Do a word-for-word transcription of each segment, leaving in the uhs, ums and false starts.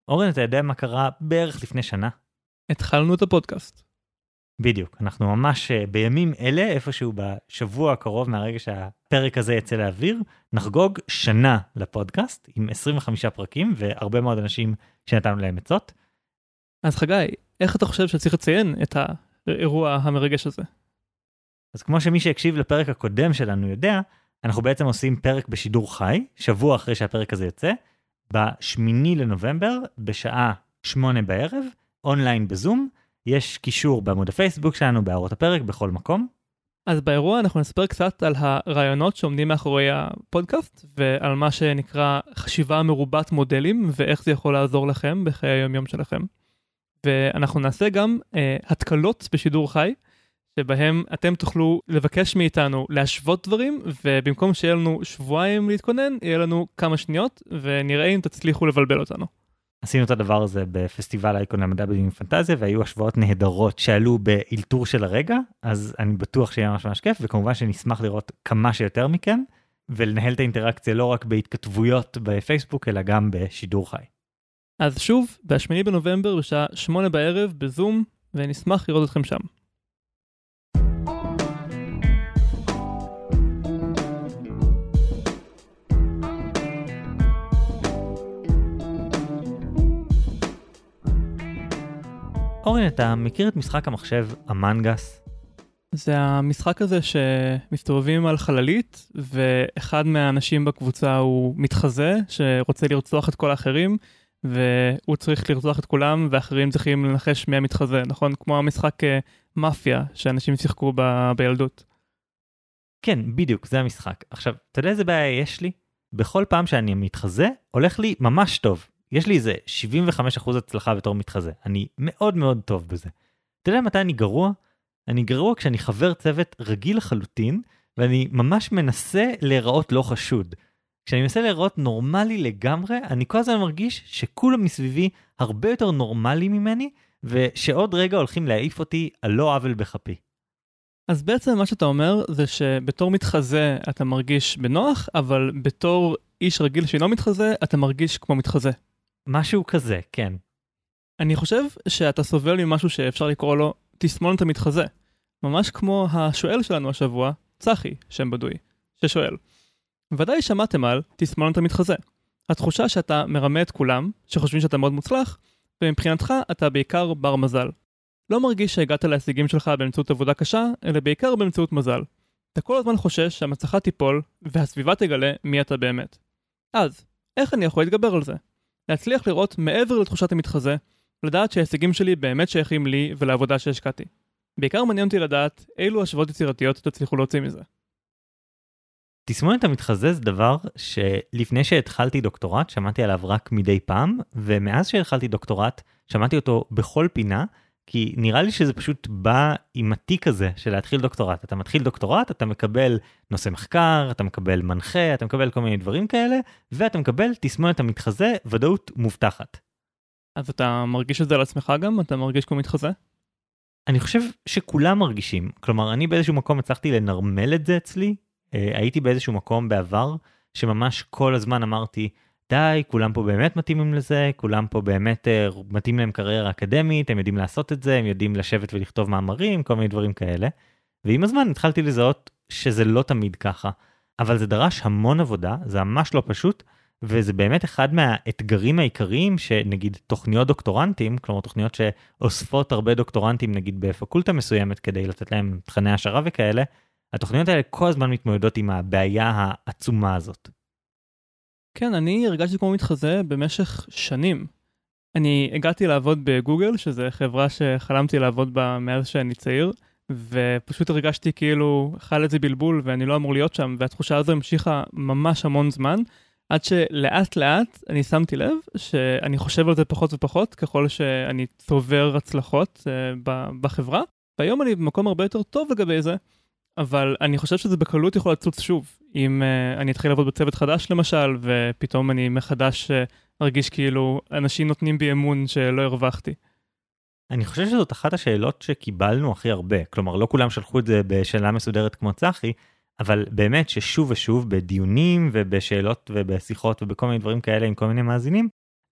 אורן, אתה יודע מה קרה בערך לפני שנה? התחלנו את הפודקאסט. בדיוק, אנחנו ממש בימים אלה, איפשהו בשבוע הקרוב מהרגע שהפרק הזה יצא לאוויר, נחגוג שנה לפודקאסט עם עשרים וחמישה פרקים והרבה מאוד אנשים שנתנו להם עצות. אז חגי, איך אתה חושב שצריך לציין את האירוע המרגש הזה? אז כמו שמי שהקשיב לפרק הקודם שלנו יודע, אנחנו בעצם עושים פרק בשידור חי, שבוע אחרי שהפרק הזה יוצא, בשמיני לנובמבר, בשעה שמונה בערב, אונליין בזום, יש קישור בעמוד הפייסבוק שלנו, בהערות הפרק, בכל מקום. אז באירוע אנחנו נספר קצת על הרעיונות שעומדים מאחורי הפודקאסט, ועל מה שנקרא חשיבה מרובת מודלים, ואיך זה יכול לעזור לכם בחיי היום-יום שלכם. ואנחנו נעשה גם אה, התקלות בשידור חי, שבהם אתם תוכלו לבקש מאיתנו להשוות דברים, ובמקום שיהיה לנו שבועיים להתכונן, יהיה לנו כמה שניות, ונראה אם תצליחו לבלבל אותנו. עשינו את הדבר הזה בפסטיבל האיקון למדע בדיוני פנטזיה, והיו השוואות נהדרות שעלו באילתור של הרגע, אז אני בטוח שיהיה ממש ממש כיף, וכמובן שנשמח לראות כמה שיותר מכם, ולנהל את האינטראקציה לא רק בהתכתבויות בפייסבוק, אלא גם בשידור חי. אז שוב, בשמיני בנובמבר, בשעה שמונה בערב, בזום, ונשמח לראות אתכם שם. אורן, אתה מכיר את משחק המחשב אמנגס? זה המשחק הזה שמסתובבים על חללית, ואחד מהאנשים בקבוצה הוא מתחזה, שרוצה לרצוח את כל האחרים, והוא צריך לרצוח את כולם, ואחרים צריכים לנחש מי המתחזה, נכון? כמו המשחק מאפיה, שאנשים שיחקו ב- בילדות. כן, בדיוק, זה המשחק. עכשיו, אתה יודע איזה בעיה יש לי? בכל פעם שאני מתחזה, הולך לי ממש טוב. יש לי איזה שבעים וחמישה אחוז הצלחה בתור מתחזה. אני מאוד מאוד טוב בזה. אתה יודע מתי אני גרוע? אני גרוע כשאני חבר צוות רגיל לחלוטין, ואני ממש מנסה להיראות לא חשוד. כשאני מנסה להיראות נורמלי לגמרי, אני כל הזמן מרגיש שכולם מסביבי הרבה יותר נורמלי ממני, ושעוד רגע הולכים להעיף אותי על לא עוול בכפי. אז בעצם מה שאתה אומר זה שבתור מתחזה אתה מרגיש בנוח, אבל בתור איש רגיל שאינו מתחזה, אתה מרגיש כמו מתחזה. משהו כזה, כן. אני חושב שאתה סובל ממשהו שאפשר לקרוא לו תסמונת המתחזה. ממש כמו השואל שלנו השבוע, צחי, שם בדוי, ששואל. ודאי שמעתם על תסמונת המתחזה. התחושה שאתה מרמה את כולם, שחושבים שאתה מאוד מוצלח, ומבחינתך אתה בעיקר בר מזל. לא מרגיש שהגעת להשיגים שלך באמצעות עבודה קשה, אלא בעיקר באמצעות מזל. אתה כל הזמן חושש שהמצלחה תיפול, והסביבה תגלה מי אתה באמת. אז, איך אני יכול להתגבר על זה? להצליח לראות מעבר לתחושת המתחזה, לדעת שההישגים שלי באמת שייכים לי ולעבודה שהשקעתי. בעיקר מעניין אותי לדעת אילו השוואות יצירתיות תצליחו להוציא מזה. תסמונת המתחזה זה דבר שלפני שהתחלתי דוקטורט שמעתי עליו רק מדי פעם, ומאז שהתחלתי דוקטורט שמעתי אותו בכל פינה, כי נראה לי שזה פשוט בא עם התיק הזה של להתחיל דוקטורט. אתה מתחיל דוקטורט, אתה מקבל נושא מחקר, אתה מקבל מנחה, אתה מקבל כל מיני דברים כאלה, ואתה מקבל תסמונת המתחזה, ודאות מובטחת. אז אתה מרגיש את זה על עצמך גם? אתה מרגיש כמו מתחזה? אני חושב שכולם מרגישים. כלומר, אני באיזשהו מקום הצלחתי לנרמל את זה אצלי. הייתי באיזשהו מקום בעבר, שממש כל הזמן אמרתי, די, כולם פה באמת מתאימים לזה, כולם פה באמת uh, מתאים להם קריירה אקדמית, הם יודעים לעשות את זה, הם יודעים לשבת ולכתוב מאמרים, כל מיני דברים כאלה. ועם הזמן התחלתי לזהות שזה לא תמיד ככה, אבל זה דרש המון עבודה, זה ממש לא פשוט, וזה באמת אחד מהאתגרים העיקריים שנגיד תוכניות דוקטורנטים, כלומר תוכניות שאוספות הרבה דוקטורנטים נגיד בפקולטה מסוימת כדי לתת להם תכני העשרה וכאלה, התוכניות האלה כל הזמן מתמודדות עם הבעיה העצומה הזאת. כן, אני הרגשתי כמו מתחזה במשך שנים. אני הגעתי לעבוד בגוגל, שזה חברה שחלמתי לעבוד בה מאז שאני צעיר, ופשוט הרגשתי כאילו חל איזה בלבול ואני לא אמור להיות שם, והתחושה הזו המשיכה ממש המון זמן, עד שלאט לאט אני שמתי לב שאני חושב על זה פחות ופחות, ככל שאני צובר הצלחות uh, בחברה, והיום אני במקום הרבה יותר טוב לגבי זה, אבל אני חושב שזה בקלות יכול לצוץ שוב, אם uh, אני אתחיל לעבוד בצוות חדש למשל, ופתאום אני מחדש uh, מרגיש כאילו אנשים נותנים בי אמון שלא הרווחתי. אני חושב שזאת אחת השאלות שקיבלנו הכי הרבה, כלומר לא כולם שלחו את זה בשאלה מסודרת כמו צחי, אבל באמת ששוב ושוב בדיונים ובשאלות ובשיחות ובכל מיני דברים כאלה עם כל מיני מאזינים,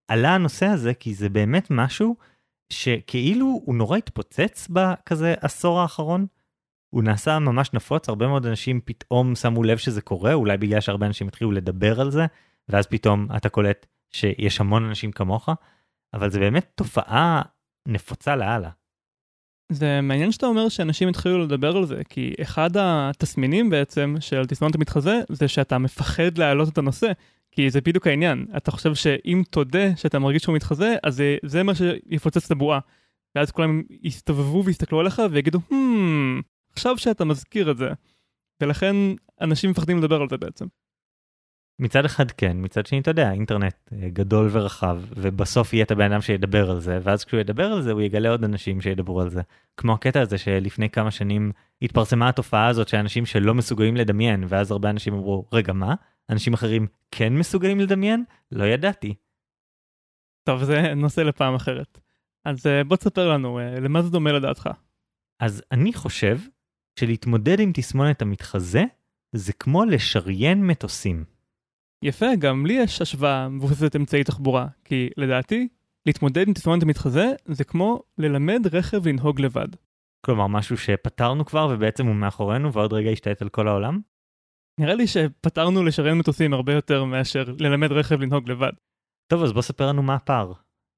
עלה הנושא הזה כי זה באמת משהו שכאילו הוא נורא התפוצץ בכזה עשור האחרון. הוא נעשה ממש נפוץ, הרבה מאוד אנשים פתאום שמו לב שזה קורה, אולי בגלל שהרבה אנשים התחילו לדבר על זה, ואז פתאום אתה קולט שיש המון אנשים כמוך, אבל זה באמת תופעה נפוצה להלאה. זה מעניין שאתה אומר שאנשים התחילו לדבר על זה, כי אחד התסמינים בעצם של תסמונת המתחזה, זה שאתה מפחד להעלות את הנושא, כי זה בדיוק העניין. אתה חושב שאם תודה שאתה מרגיש שהוא מתחזה, אז זה, זה מה שיפוצץ את הבועה. ואז כולם יסתובבו ויסתכלו עליך ויגידו, hmm, עכשיו שאתה מזכיר את זה. ולכן אנשים מפחדים לדבר על זה בעצם. מצד אחד כן, מצד שני אתה יודע, אינטרנט גדול ורחב, ובסוף יהיה את הבן אדם שידבר על זה, ואז כשהוא ידבר על זה הוא יגלה עוד אנשים שידברו על זה. כמו הקטע הזה שלפני כמה שנים התפרסמה התופעה הזאת שאנשים שלא מסוגלים לדמיין, ואז הרבה אנשים אמרו, רגע מה? אנשים אחרים כן מסוגלים לדמיין? לא ידעתי. טוב, זה נושא לפעם אחרת. אז בוא תספר לנו, למה זה דומה לדעתך? אז אני חושב שלהתמודד עם תסמונת המתחזה, זה כמו לשריין מטוסים. יפה, גם לי יש השוואה מבוססת אמצעי תחבורה, כי לדעתי, להתמודד עם תסמונת המתחזה זה כמו ללמד רכב לנהוג לבד. כלומר, משהו שפתרנו כבר ובעצם הוא מאחורינו ועוד רגע ישתלט על כל העולם? נראה לי שפתרנו לשריין מטוסים הרבה יותר מאשר ללמד רכב לנהוג לבד. טוב, אז בוא ספר לנו מה הפער.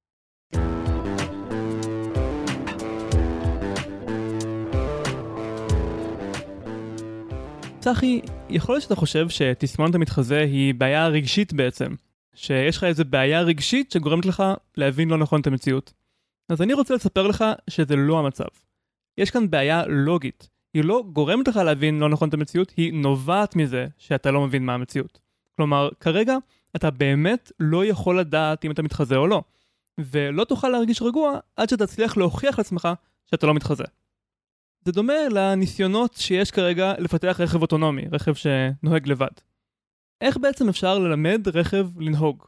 צחי, יכול להיות שאתה חושב שתסמונת המתחזה היא בעיה רגשית בעצם, שיש לך איזו בעיה רגשית שגורמת לך להבין לא נכון את המציאות. אז אני רוצה לספר לך שזה לא המצב. יש כאן בעיה לוגית. היא לא גורמת לך להבין לא נכון את המציאות, היא נובעת מזה שאתה לא מבין מה המציאות. כלומר, כרגע אתה באמת לא יכול לדעת אם אתה מתחזה או לא, ולא תוכל להרגיש רגוע עד שתצליח להוכיח לעצמך שאתה לא מתחזה. זה דומה לניסיונות שיש כרגע לפתח רכב אוטונומי, רכב שנוהג לבד. איך בעצם אפשר ללמד רכב לנהוג?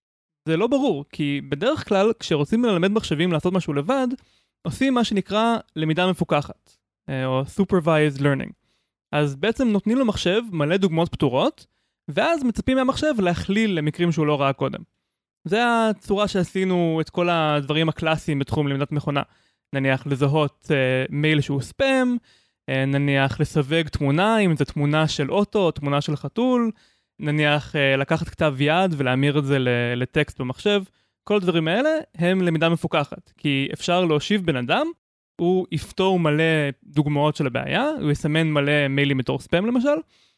זה לא ברור, כי בדרך כלל כשרוצים ללמד מחשבים לעשות משהו לבד, עושים מה שנקרא למידה מפוקחת, או supervised learning. אז בעצם נותנים לו מחשב מלא דוגמאות פתורות, ואז מצפים מהמחשב להכליל למקרים שהוא לא ראה קודם. זה הצורה שעשינו את כל הדברים הקלאסיים בתחום למידת מכונה. נניח לזהות uh, מייל שהוא ספאם, uh, נניח לסווג תמונה, אם זו תמונה של אוטו או תמונה של חתול, נניח uh, לקחת כתב יד ולהמיר את זה לטקסט במחשב. כל הדברים האלה הם למידה מפוקחת, כי אפשר להושיב בן אדם, הוא יפתור מלא דוגמאות של הבעיה, הוא יסמן מלא מיילים בתור ספאם למשל,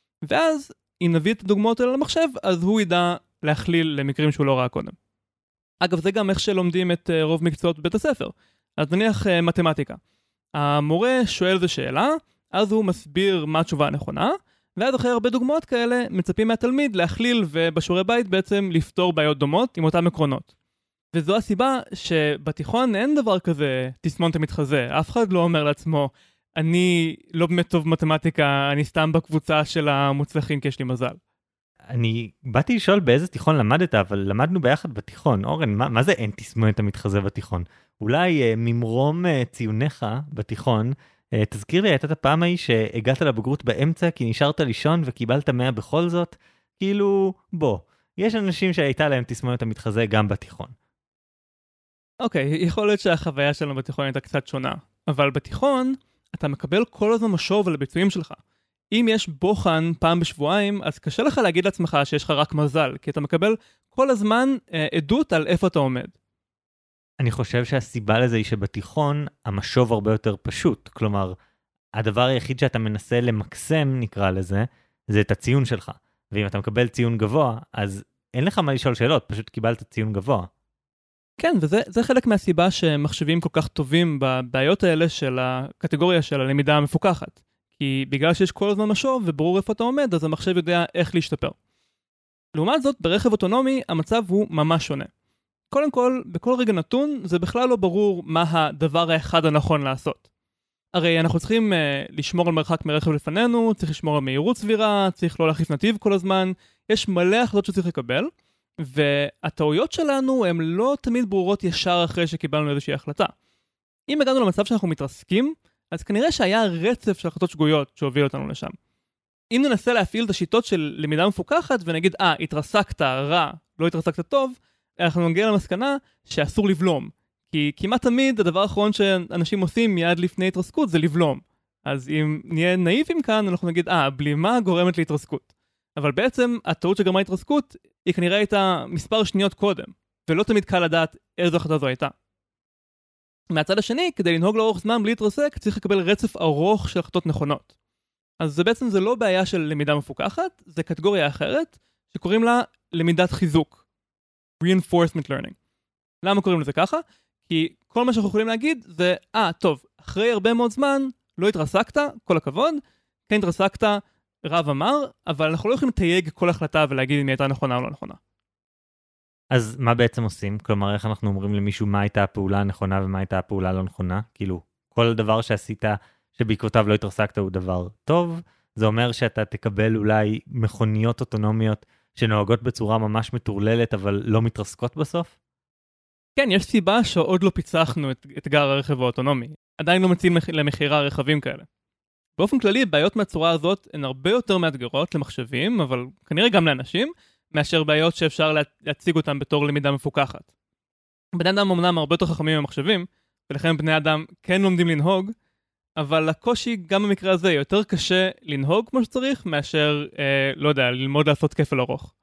ואז אם נביא את הדוגמאות האלה למחשב, אז הוא ידע להכליל למקרים שהוא לא ראה קודם. אגב, זה גם איך שלומדים את uh, רוב מקצועות בבית הספר. אז נניח uh, מתמטיקה. המורה שואל איזו שאלה, אז הוא מסביר מה התשובה הנכונה, ואז אחרי הרבה דוגמאות כאלה מצפים מהתלמיד להכליל ובשיעורי בית בעצם לפתור בעיות דומות עם אותם עקרונות. וזו הסיבה שבתיכון אין דבר כזה תסמונת המתחזה. אף אחד לא אומר לעצמו, אני לא באמת טוב מתמטיקה, אני סתם בקבוצה של המוצלחים כי יש לי מזל. אני באתי לשאול באיזה תיכון למדת, אבל למדנו ביחד בתיכון. אורן, מה, מה זה אין תסמונת המתחזה בתיכון? אולי אה, ממרום אה, ציוניך בתיכון, אה, תזכיר לי, הייתה את הפעם ההיא שהגעת לבגרות באמצע כי נשארת לישון וקיבלת מאה בכל זאת? כאילו, בוא, יש אנשים שהייתה להם תסמונת המתחזה גם בתיכון. אוקיי, יכול להיות שהחוויה שלנו בתיכון הייתה קצת שונה, אבל בתיכון אתה מקבל כל הזמן משוב על הביצועים שלך. אם יש בוחן פעם בשבועיים, אז קשה לך להגיד לעצמך שיש לך רק מזל, כי אתה מקבל כל הזמן אה, עדות על איפה אתה עומד. אני חושב שהסיבה לזה היא שבתיכון המשוב הרבה יותר פשוט. כלומר, הדבר היחיד שאתה מנסה למקסם, נקרא לזה, זה את הציון שלך. ואם אתה מקבל ציון גבוה, אז אין לך מה לשאול שאלות, פשוט קיבלת ציון גבוה. כן, וזה זה חלק מהסיבה שמחשבים כל כך טובים בבעיות האלה של הקטגוריה של הלמידה המפוקחת. כי בגלל שיש כל הזמן משוב וברור איפה אתה עומד, אז המחשב יודע איך להשתפר. לעומת זאת, ברכב אוטונומי המצב הוא ממש שונה. קודם כל, בכל רגע נתון, זה בכלל לא ברור מה הדבר האחד הנכון לעשות. הרי אנחנו צריכים uh, לשמור על מרחק מרכב לפנינו, צריך לשמור על מהירות סבירה, צריך לא להחליף נתיב כל הזמן, יש מלא החלטות שצריך לקבל, והטעויות שלנו הן לא תמיד ברורות ישר אחרי שקיבלנו איזושהי החלטה. אם הגענו למצב שאנחנו מתרסקים, אז כנראה שהיה רצף של החלטות שגויות שהוביל אותנו לשם. אם ננסה להפעיל את השיטות של למידה מפוקחת ונגיד, אה, התרסקת רע, לא התרסקת טוב, אנחנו נגיע למסקנה שאסור לבלום. כי כמעט תמיד הדבר האחרון שאנשים עושים מיד לפני התרסקות זה לבלום. אז אם נהיה נאיבים כאן, אנחנו נגיד, אה, בלימה גורמת להתרסקות. אבל בעצם הטעות שגרמה להתרסקות היא כנראה הייתה מספר שניות קודם, ולא תמיד קל לדעת איזו החלטה זו הייתה. מהצד השני, כדי לנהוג לאורך זמן בלי להתרסק, צריך לקבל רצף ארוך של החלטות נכונות. אז זה בעצם זה לא בעיה של למידה מפוקחת, זה קטגוריה אחרת, שקוראים לה למידת חיזוק. Reinforcement learning. למה קוראים לזה ככה? כי כל מה שאנחנו יכולים להגיד זה, אה, טוב, אחרי הרבה מאוד זמן, לא התרסקת, כל הכבוד, כן התרסקת, רב אמר, אבל אנחנו לא יכולים לתייג כל החלטה ולהגיד אם היא הייתה נכונה או לא נכונה. אז מה בעצם עושים? כלומר, איך אנחנו אומרים למישהו מה הייתה הפעולה הנכונה ומה הייתה הפעולה הלא נכונה? כאילו, כל דבר שעשית שבעקבותיו לא התרסקת הוא דבר טוב, זה אומר שאתה תקבל אולי מכוניות אוטונומיות שנוהגות בצורה ממש מטורללת, אבל לא מתרסקות בסוף? כן, יש סיבה שעוד לא פיצחנו את אתגר הרכב האוטונומי. עדיין לא מציעים למחירה רכבים כאלה. באופן כללי, בעיות מהצורה הזאת הן הרבה יותר מאתגרות למחשבים, אבל כנראה גם לאנשים, מאשר בעיות שאפשר להציג אותן בתור למידה מפוקחת. בני אדם אמנם הרבה יותר חכמים ממחשבים, ולכן בני אדם כן לומדים לנהוג, אבל הקושי גם במקרה הזה יותר קשה לנהוג כמו שצריך, מאשר, אה, לא יודע, ללמוד לעשות כפל ארוך.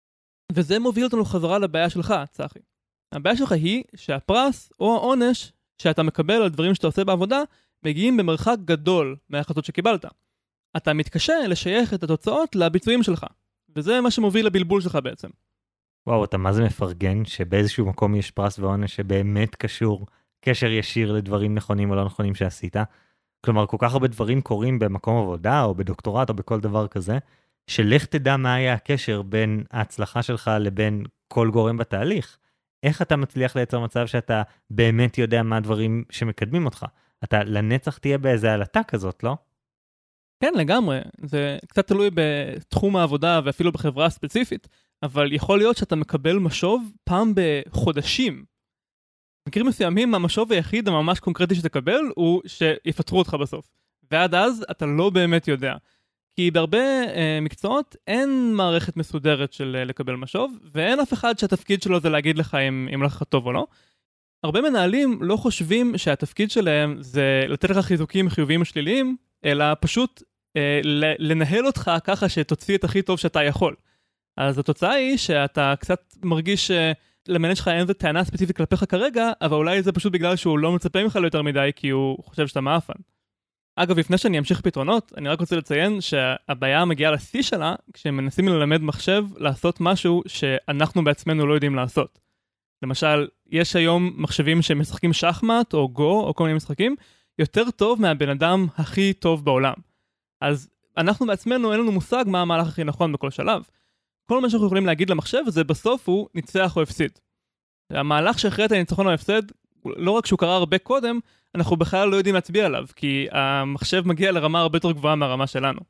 וזה מוביל אותנו חזרה לבעיה שלך, צחי. הבעיה שלך היא שהפרס או העונש שאתה מקבל על דברים שאתה עושה בעבודה, מגיעים במרחק גדול מההחלטות שקיבלת. אתה מתקשה לשייך את התוצאות לביצועים שלך, וזה מה שמוביל לבלבול שלך בעצם. וואו, אתה מה זה מפרגן שבאיזשהו מקום יש פרס ועונש שבאמת קשור, קשר ישיר לדברים נכונים או לא נכונים שעשית? כלומר, כל כך הרבה דברים קורים במקום עבודה או בדוקטורט או בכל דבר כזה, שלך תדע מה היה הקשר בין ההצלחה שלך לבין כל גורם בתהליך. איך אתה מצליח לייצר מצב שאתה באמת יודע מה הדברים שמקדמים אותך? אתה לנצח תהיה באיזה עלתה כזאת, לא? כן, לגמרי. זה קצת תלוי בתחום העבודה ואפילו בחברה הספציפית, אבל יכול להיות שאתה מקבל משוב פעם בחודשים. במקרים מסוימים, המשוב היחיד הממש קונקרטי שתקבל הוא שיפטרו אותך בסוף. ועד אז אתה לא באמת יודע. כי בהרבה אה, מקצועות אין מערכת מסודרת של אה, לקבל משוב, ואין אף אחד שהתפקיד שלו זה להגיד לך אם, אם לך טוב או לא. הרבה מנהלים לא חושבים שהתפקיד שלהם זה לתת לך חיזוקים חיוביים ושליליים, אלא פשוט אה, לנהל אותך ככה שתוציא את הכי טוב שאתה יכול. אז התוצאה היא שאתה קצת מרגיש שלמנהל שלך אין איזה טענה ספציפית כלפיך כרגע, אבל אולי זה פשוט בגלל שהוא לא מצפה ממך ליותר מדי, כי הוא חושב שאתה מאפן. אגב, לפני שאני אמשיך פתרונות, אני רק רוצה לציין שהבעיה מגיעה לשיא שלה, כשמנסים ללמד מחשב לעשות משהו שאנחנו בעצמנו לא יודעים לעשות. למשל, יש היום מחשבים שמשחקים שחמט או גו או כל מיני משחקים, יותר טוב מהבן אדם הכי טוב בעולם. אז אנחנו בעצמנו אין לנו מושג מה המהלך הכי נכון בכל שלב. כל מה שאנחנו יכולים להגיד למחשב זה בסוף הוא ניצח או הפסיד. המהלך שאחרי את הניצחון או הפסד, לא רק שהוא קרה הרבה קודם, אנחנו בכלל לא יודעים להצביע עליו, כי המחשב מגיע לרמה הרבה יותר גבוהה מהרמה שלנו.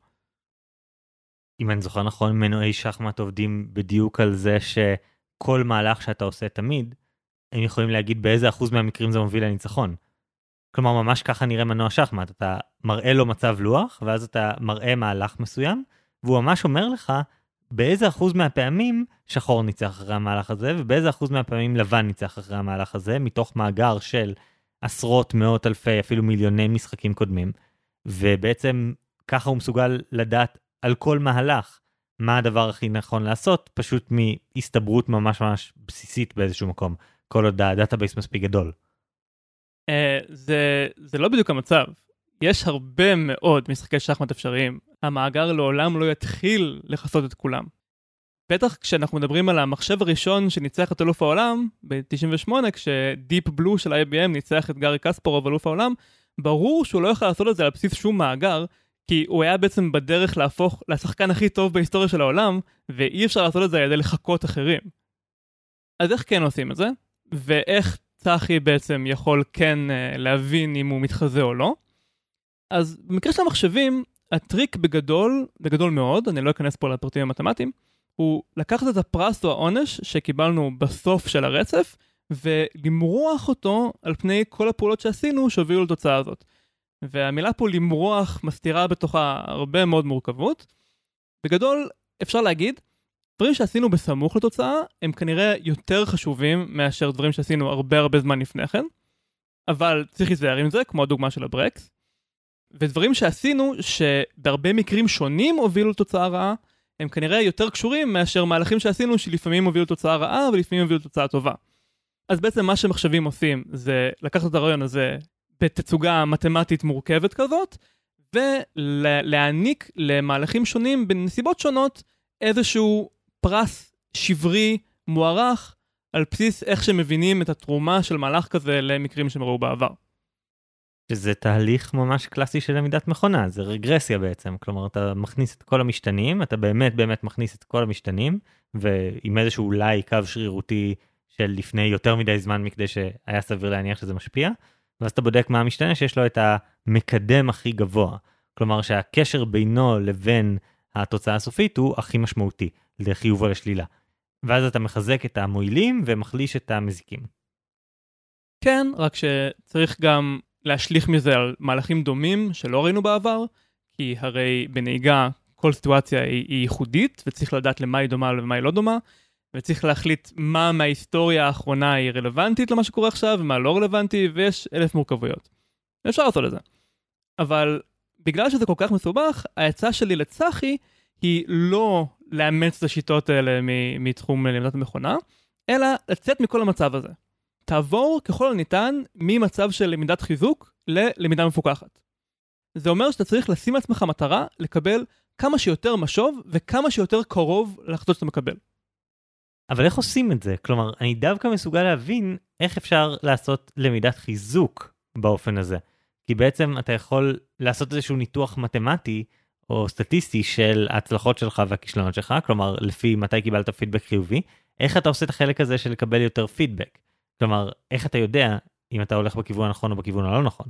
אם אני זוכר נכון, מנועי שחמט עובדים בדיוק על זה שכל מהלך שאתה עושה תמיד, הם יכולים להגיד באיזה אחוז מהמקרים זה מוביל לניצחון. כלומר, ממש ככה נראה מנוע שחמט. אתה מראה לו מצב לוח, ואז אתה מראה מהלך מסוים, והוא ממש אומר לך באיזה אחוז מהפעמים שחור ניצח אחרי המהלך הזה, ובאיזה אחוז מהפעמים לבן ניצח אחרי המהלך הזה, מתוך מאגר של עשרות, מאות אלפי, אפילו מיליוני משחקים קודמים. ובעצם ככה הוא מסוגל לדעת על כל מהלך מה הדבר הכי נכון לעשות, פשוט מהסתברות ממש ממש בסיסית באיזשהו מקום, כל עוד הדאטאבייס מספיק גדול. זה, זה לא בדיוק המצב. יש הרבה מאוד משחקי שחמט אפשריים. המאגר לעולם לא יתחיל לחסות את כולם. בטח כשאנחנו מדברים על המחשב הראשון שניצח את אלוף העולם, ב-תשעים ושמונה, כשדיפ בלו של איי בי אם ניצח את גארי קספרוב אלוף העולם, ברור שהוא לא יכול לעשות את זה על בסיס שום מאגר, כי הוא היה בעצם בדרך להפוך לשחקן הכי טוב בהיסטוריה של העולם, ואי אפשר לעשות את זה על ידי לחכות אחרים. אז איך כן עושים את זה? ואיך צחי בעצם יכול כן uh, להבין אם הוא מתחזה או לא? אז במקרה של המחשבים, הטריק בגדול, בגדול מאוד, אני לא אכנס פה לפרטים המתמטיים, הוא לקחת את הפרס או העונש שקיבלנו בסוף של הרצף, ולמרוח אותו על פני כל הפעולות שעשינו שהובילו לתוצאה הזאת. והמילה פה למרוח מסתירה בתוכה הרבה מאוד מורכבות. בגדול, אפשר להגיד דברים שעשינו בסמוך לתוצאה הם כנראה יותר חשובים מאשר דברים שעשינו הרבה הרבה זמן לפני כן, אבל צריך להיזהר עם זה, כמו הדוגמה של הברקס. ודברים שעשינו שבהרבה מקרים שונים הובילו לתוצאה רעה, הם כנראה יותר קשורים מאשר מהלכים שעשינו שלפעמים הובילו לתוצאה רעה ולפעמים הובילו לתוצאה טובה. אז בעצם מה שמחשבים עושים זה לקחת את הרעיון הזה בתצוגה מתמטית מורכבת כזאת, ולהעניק למהלכים שונים בנסיבות שונות איזשהו פרס שברי מוערך על בסיס איך שמבינים את התרומה של מהלך כזה למקרים שהם ראו בעבר. שזה תהליך ממש קלאסי של למידת מכונה, זה רגרסיה בעצם, כלומר אתה מכניס את כל המשתנים, אתה באמת באמת מכניס את כל המשתנים, ועם איזשהו אולי קו שרירותי של לפני יותר מדי זמן מכדי שהיה סביר להניח שזה משפיע, ואז אתה בודק מה המשתנה שיש לו את המקדם הכי גבוה, כלומר שהקשר בינו לבין התוצאה הסופית הוא הכי משמעותי, לחיוב או לשלילה. ואז אתה מחזק את המועילים ומחליש את המזיקים. כן, רק שצריך גם להשליך מזה על מהלכים דומים שלא ראינו בעבר, כי הרי בנהיגה כל סיטואציה היא, היא ייחודית, וצריך לדעת למה היא דומה ולמה היא לא דומה, וצריך להחליט מה מההיסטוריה האחרונה היא רלוונטית למה שקורה עכשיו, ומה לא רלוונטי, ויש אלף מורכבויות. אפשר לעשות את זה. אבל בגלל שזה כל כך מסובך, ההצעה שלי לצחי היא לא לאמץ את השיטות האלה מתחום למידת המכונה, אלא לצאת מכל המצב הזה. תעבור ככל הניתן ממצב של למידת חיזוק ללמידה מפוקחת. זה אומר שאתה צריך לשים לעצמך מטרה לקבל כמה שיותר משוב וכמה שיותר קרוב להחלטות שאתה מקבל. אבל איך עושים את זה? כלומר, אני דווקא מסוגל להבין איך אפשר לעשות למידת חיזוק באופן הזה. כי בעצם אתה יכול לעשות איזשהו ניתוח מתמטי או סטטיסטי של ההצלחות שלך והכישלונות שלך, כלומר, לפי מתי קיבלת פידבק חיובי, איך אתה עושה את החלק הזה של לקבל יותר פידבק? כלומר, איך אתה יודע אם אתה הולך בכיוון הנכון או בכיוון הלא נכון?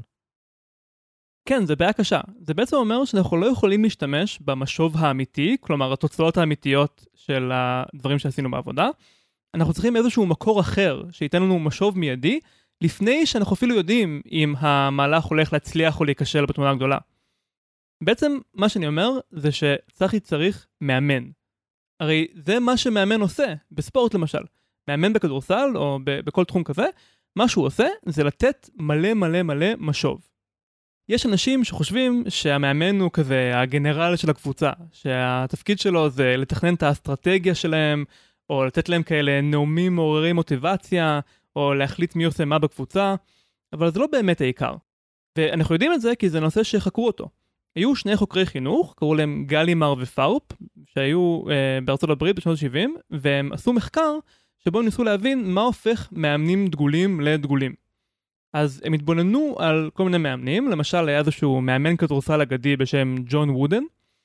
כן, זה בעיה קשה. זה בעצם אומר שאנחנו לא יכולים להשתמש במשוב האמיתי, כלומר, התוצאות האמיתיות של הדברים שעשינו בעבודה. אנחנו צריכים איזשהו מקור אחר שייתן לנו משוב מיידי, לפני שאנחנו אפילו יודעים אם המהלך הולך להצליח או להיכשל בתמונה הגדולה. בעצם מה שאני אומר זה שצריך צריך מאמן. הרי זה מה שמאמן עושה, בספורט למשל. מאמן בכדורסל או ב- בכל תחום כזה, מה שהוא עושה זה לתת מלא מלא מלא משוב. יש אנשים שחושבים שהמאמן הוא כזה הגנרל של הקבוצה, שהתפקיד שלו זה לתכנן את האסטרטגיה שלהם, או לתת להם כאלה נאומים מעוררי מוטיבציה, או להחליט מי עושה מה בקבוצה, אבל זה לא באמת העיקר. ואנחנו יודעים את זה כי זה נושא שחקרו אותו. היו שני חוקרי חינוך, קראו להם גלימר ופארפ, שהיו אה, בארצות הברית בשנות ה-שבעים, והם עשו מחקר שבו הם ניסו להבין מה הופך מאמנים דגולים לדגולים. אז הם התבוננו על כל מיני מאמנים, למשל היה איזשהו מאמן כדורסל אגדי בשם ג'ון וודן,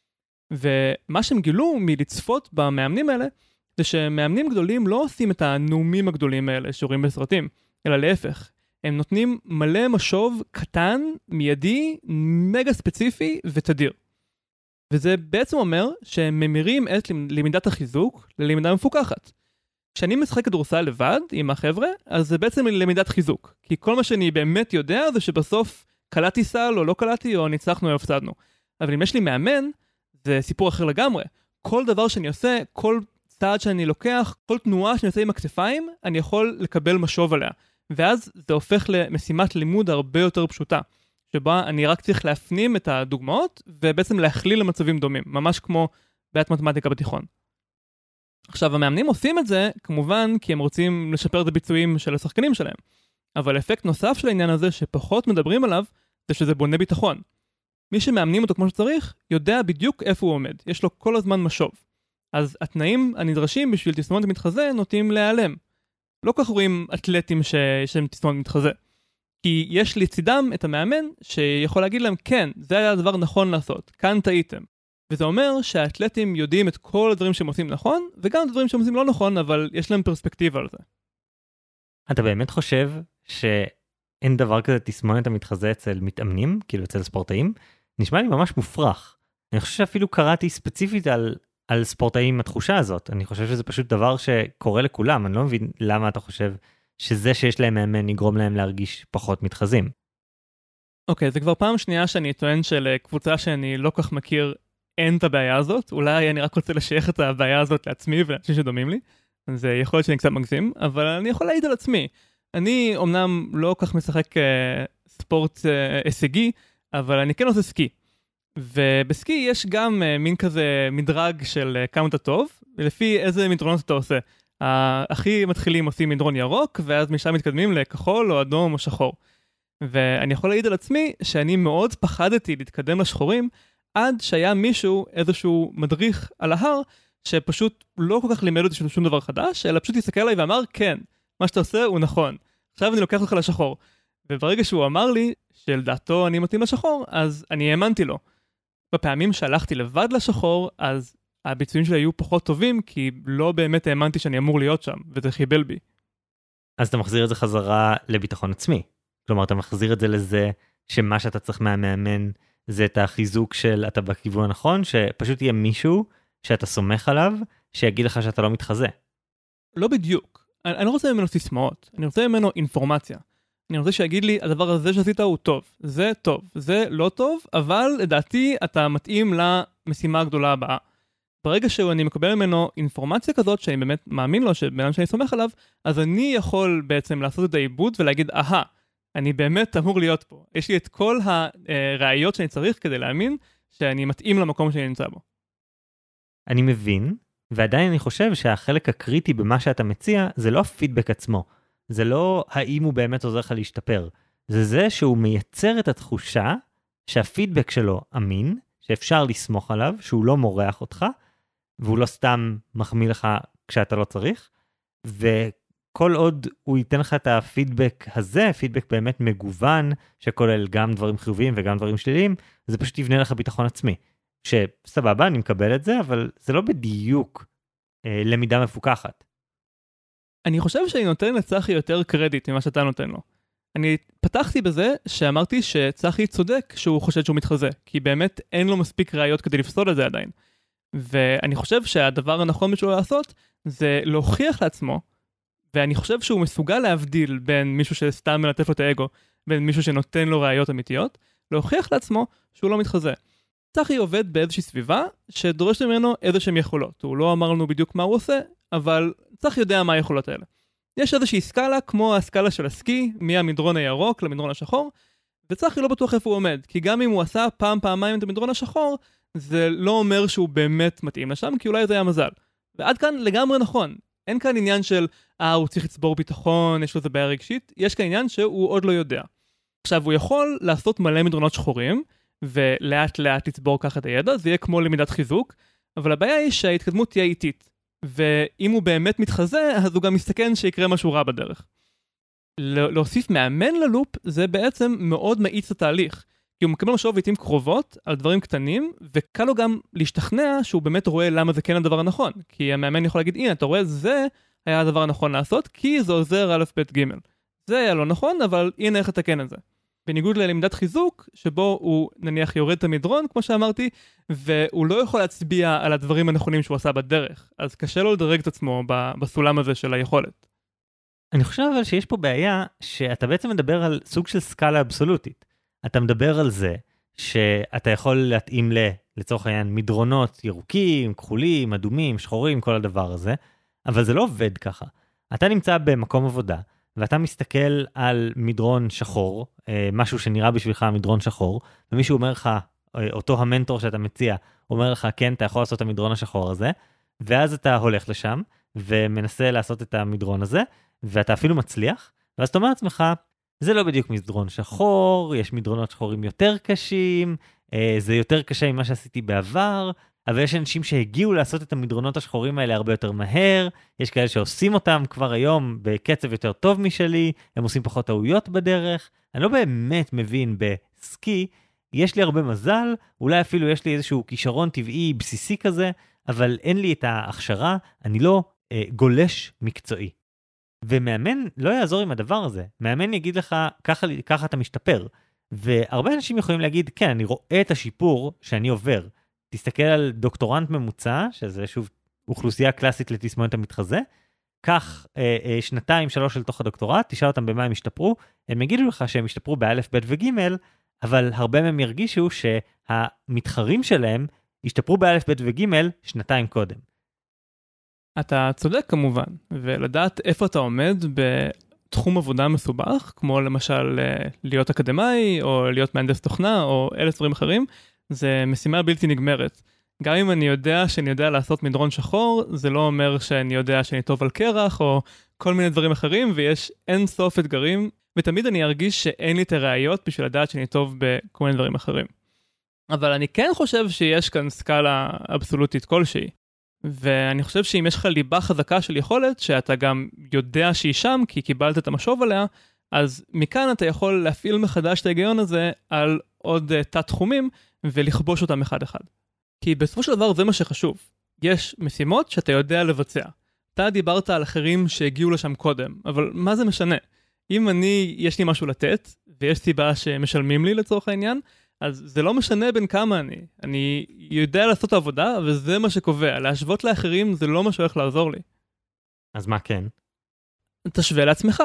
ומה שהם גילו מלצפות במאמנים האלה, זה שמאמנים גדולים לא עושים את הנאומים הגדולים האלה שרואים בסרטים, אלא להפך. הם נותנים מלא משוב קטן, מיידי, מגה ספציפי ותדיר. וזה בעצם אומר שהם ממירים את למידת החיזוק ללמידה מפוקחת. כשאני משחק כדורסל לבד עם החבר'ה, אז זה בעצם למידת חיזוק. כי כל מה שאני באמת יודע זה שבסוף קלעתי סל או לא קלעתי או ניצחנו או הפסדנו. אבל אם יש לי מאמן, זה סיפור אחר לגמרי. כל דבר שאני עושה, כל צעד שאני לוקח, כל תנועה שאני עושה עם הכתפיים, אני יכול לקבל משוב עליה. ואז זה הופך למשימת לימוד הרבה יותר פשוטה, שבה אני רק צריך להפנים את הדוגמאות, ובעצם להכליל למצבים דומים, ממש כמו בעיית מתמטיקה בתיכון. עכשיו, המאמנים עושים את זה, כמובן, כי הם רוצים לשפר את הביצועים של השחקנים שלהם. אבל אפקט נוסף של העניין הזה, שפחות מדברים עליו, זה שזה בונה ביטחון. מי שמאמנים אותו כמו שצריך, יודע בדיוק איפה הוא עומד. יש לו כל הזמן משוב. אז התנאים הנדרשים בשביל תסמונת המתחזה נוטים להיעלם. לא כך רואים אתלטים ש... שהם תסמונת מתחזה. כי יש לצידם את המאמן שיכול להגיד להם, כן, זה היה הדבר נכון לעשות, כאן טעיתם. וזה אומר שהאתלטים יודעים את כל הדברים שהם עושים נכון, וגם את הדברים שהם עושים לא נכון, אבל יש להם פרספקטיבה על זה. אתה באמת חושב שאין דבר כזה תסמונת המתחזה אצל מתאמנים, כאילו אצל ספורטאים? נשמע לי ממש מופרך. אני חושב שאפילו קראתי ספציפית על, על ספורטאים התחושה הזאת. אני חושב שזה פשוט דבר שקורה לכולם. אני לא מבין למה אתה חושב שזה שיש להם מאמן יגרום להם להרגיש פחות מתחזים. אוקיי, זה כבר פעם שנייה שאני טוען של קבוצה שאני לא כך מכיר אין את הבעיה הזאת, אולי אני רק רוצה לשייך את הבעיה הזאת לעצמי ולאנשים שדומים לי, אז יכול להיות שאני קצת מגזים, אבל אני יכול להעיד על עצמי. אני אומנם לא כך משחק אה, ספורט אה, הישגי, אבל אני כן עושה סקי. ובסקי יש גם אה, מין כזה מדרג של אה, כמה אתה טוב, לפי איזה מדרונות אתה עושה. הכי מתחילים עושים מדרון ירוק, ואז משם מתקדמים לכחול או אדום או שחור. ואני יכול להעיד על עצמי שאני מאוד פחדתי להתקדם לשחורים, עד שהיה מישהו, איזשהו מדריך על ההר, שפשוט לא כל כך לימד אותי שום דבר חדש, אלא פשוט הסתכל עליי ואמר, כן, מה שאתה עושה הוא נכון. עכשיו אני לוקח אותך לשחור. וברגע שהוא אמר לי, שלדעתו אני מתאים לשחור, אז אני האמנתי לו. בפעמים שהלכתי לבד לשחור, אז הביצועים שלי היו פחות טובים, כי לא באמת האמנתי שאני אמור להיות שם, וזה חיבל בי. אז אתה מחזיר את זה חזרה לביטחון עצמי. כלומר, אתה מחזיר את זה לזה שמה שאתה צריך מהמאמן, זה את החיזוק של אתה בכיוון הנכון, שפשוט יהיה מישהו שאתה סומך עליו, שיגיד לך שאתה לא מתחזה. לא בדיוק. אני, אני לא רוצה ממנו סיסמאות, אני רוצה ממנו אינפורמציה. אני רוצה שיגיד לי, הדבר הזה שעשית הוא טוב, זה טוב, זה לא טוב, אבל לדעתי אתה מתאים למשימה הגדולה הבאה. ברגע שאני מקבל ממנו אינפורמציה כזאת, שאני באמת מאמין לו, שבן שאני סומך עליו, אז אני יכול בעצם לעשות את העיבוד ולהגיד, אהה, אני באמת אמור להיות פה. יש לי את כל הראיות שאני צריך כדי להאמין שאני מתאים למקום שאני נמצא בו. אני מבין, ועדיין אני חושב שהחלק הקריטי במה שאתה מציע, זה לא הפידבק עצמו. זה לא האם הוא באמת עוזר לך להשתפר. זה זה שהוא מייצר את התחושה שהפידבק שלו אמין, שאפשר לסמוך עליו, שהוא לא מורח אותך, והוא לא סתם מחמיא לך כשאתה לא צריך, וכל עוד הוא ייתן לך את הפידבק הזה, פידבק באמת מגוון, שכולל גם דברים חיוביים וגם דברים שליליים, זה פשוט יבנה לך ביטחון עצמי. שסבבה, אני מקבל את זה, אבל זה לא בדיוק אה, למידה מפוקחת. אני חושב שאני נותן לצחי יותר קרדיט ממה שאתה נותן לו. אני פתחתי בזה שאמרתי שצחי צודק שהוא חושד שהוא מתחזה, כי באמת אין לו מספיק ראיות כדי לפסול את זה עדיין. ואני חושב שהדבר הנכון בשבילו לעשות זה להוכיח לעצמו, ואני חושב שהוא מסוגל להבדיל בין מישהו שסתם מלטף לו את האגו, בין מישהו שנותן לו ראיות אמיתיות, להוכיח לעצמו שהוא לא מתחזה. צחי עובד באיזושהי סביבה שדורש ממנו איזשהם יכולות. הוא לא אמר לנו בדיוק מה הוא עושה, אבל צחי יודע מה היכולות האלה. יש איזושהי סקאלה כמו הסקאלה של הסקי, מהמדרון הירוק למדרון השחור, וצחי לא בטוח איפה הוא עומד, כי גם אם הוא עשה פעם פעמיים את המדרון השחור, זה לא אומר שהוא באמת מתאים לשם, כי אולי זה היה מזל. ועד כאן לגמרי נכון. אין כאן עניין של, אה, הוא צריך לצבור ביטחון, יש לו זה בעיה רגשית, יש כאן עניין שהוא עוד לא יודע. עכשיו, הוא יכול לעשות מלא מדרונות שחורים, ולאט לאט לצבור ככה את הידע, זה יהיה כמו למידת חיזוק, אבל הבעיה היא שההתקדמות תהיה איטית. ואם הוא באמת מתחזה, אז הוא גם מסתכן שיקרה משהו רע בדרך. להוסיף מאמן ללופ, זה בעצם מאוד מאיץ התהליך. כי הוא מקבל משוב לעתים קרובות על דברים קטנים, וקל לו גם להשתכנע שהוא באמת רואה למה זה כן הדבר הנכון. כי המאמן יכול להגיד, הנה, אתה רואה, זה היה הדבר הנכון לעשות, כי זה עוזר א' ב' ג'. זה היה לא נכון, אבל הנה איך לתקן את זה. בניגוד ללמידת חיזוק, שבו הוא נניח יורד את המדרון, כמו שאמרתי, והוא לא יכול להצביע על הדברים הנכונים שהוא עשה בדרך. אז קשה לו לדרג את עצמו בסולם הזה של היכולת. אני חושב אבל שיש פה בעיה שאתה בעצם מדבר על סוג של סקאלה אבסולוטית. אתה מדבר על זה שאתה יכול להתאים ל, לצורך העניין, מדרונות ירוקים, כחולים, אדומים, שחורים, כל הדבר הזה, אבל זה לא עובד ככה. אתה נמצא במקום עבודה, ואתה מסתכל על מדרון שחור, משהו שנראה בשבילך מדרון שחור, ומישהו אומר לך, אותו המנטור שאתה מציע, אומר לך, כן, אתה יכול לעשות את המדרון השחור הזה, ואז אתה הולך לשם, ומנסה לעשות את המדרון הזה, ואתה אפילו מצליח, ואז אתה אומר לעצמך, זה לא בדיוק מדרון שחור, יש מדרונות שחורים יותר קשים, זה יותר קשה ממה שעשיתי בעבר, אבל יש אנשים שהגיעו לעשות את המדרונות השחורים האלה הרבה יותר מהר, יש כאלה שעושים אותם כבר היום בקצב יותר טוב משלי, הם עושים פחות טעויות בדרך, אני לא באמת מבין בסקי, יש לי הרבה מזל, אולי אפילו יש לי איזשהו כישרון טבעי בסיסי כזה, אבל אין לי את ההכשרה, אני לא אה, גולש מקצועי. ומאמן לא יעזור עם הדבר הזה, מאמן יגיד לך, ככה, ככה אתה משתפר, והרבה אנשים יכולים להגיד, כן, אני רואה את השיפור שאני עובר, תסתכל על דוקטורנט ממוצע, שזה שוב אוכלוסייה קלאסית לתסמונת המתחזה, קח אה, אה, שנתיים, שלוש לתוך הדוקטורט, תשאל אותם במה הם השתפרו, הם יגידו לך שהם השתפרו באלף, ב' וג', אבל הרבה מהם ירגישו שהמתחרים שלהם השתפרו באלף, בית וגימל שנתיים קודם. אתה צודק כמובן, ולדעת איפה אתה עומד בתחום עבודה מסובך, כמו למשל להיות אקדמאי, או להיות מהנדס תוכנה, או אלף דברים אחרים, זה משימה בלתי נגמרת. גם אם אני יודע שאני יודע לעשות מדרון שחור, זה לא אומר שאני יודע שאני טוב על קרח, או כל מיני דברים אחרים, ויש אין סוף אתגרים, ותמיד אני ארגיש שאין לי את הראיות בשביל לדעת שאני טוב בכל מיני דברים אחרים. אבל אני כן חושב שיש כאן סקאלה אבסולוטית כלשהי. ואני חושב שאם יש לך ליבה חזקה של יכולת, שאתה גם יודע שהיא שם, כי קיבלת את המשוב עליה, אז מכאן אתה יכול להפעיל מחדש את ההיגיון הזה על עוד uh, תת תחומים, ולכבוש אותם אחד אחד. כי בסופו של דבר זה מה שחשוב. יש משימות שאתה יודע לבצע. אתה דיברת על אחרים שהגיעו לשם קודם, אבל מה זה משנה? אם אני, יש לי משהו לתת, ויש סיבה שמשלמים לי לצורך העניין, אז זה לא משנה בין כמה אני. אני יודע לעשות עבודה, וזה מה שקובע. להשוות לאחרים זה לא מה שהולך לעזור לי. אז מה כן? תשווה לעצמך.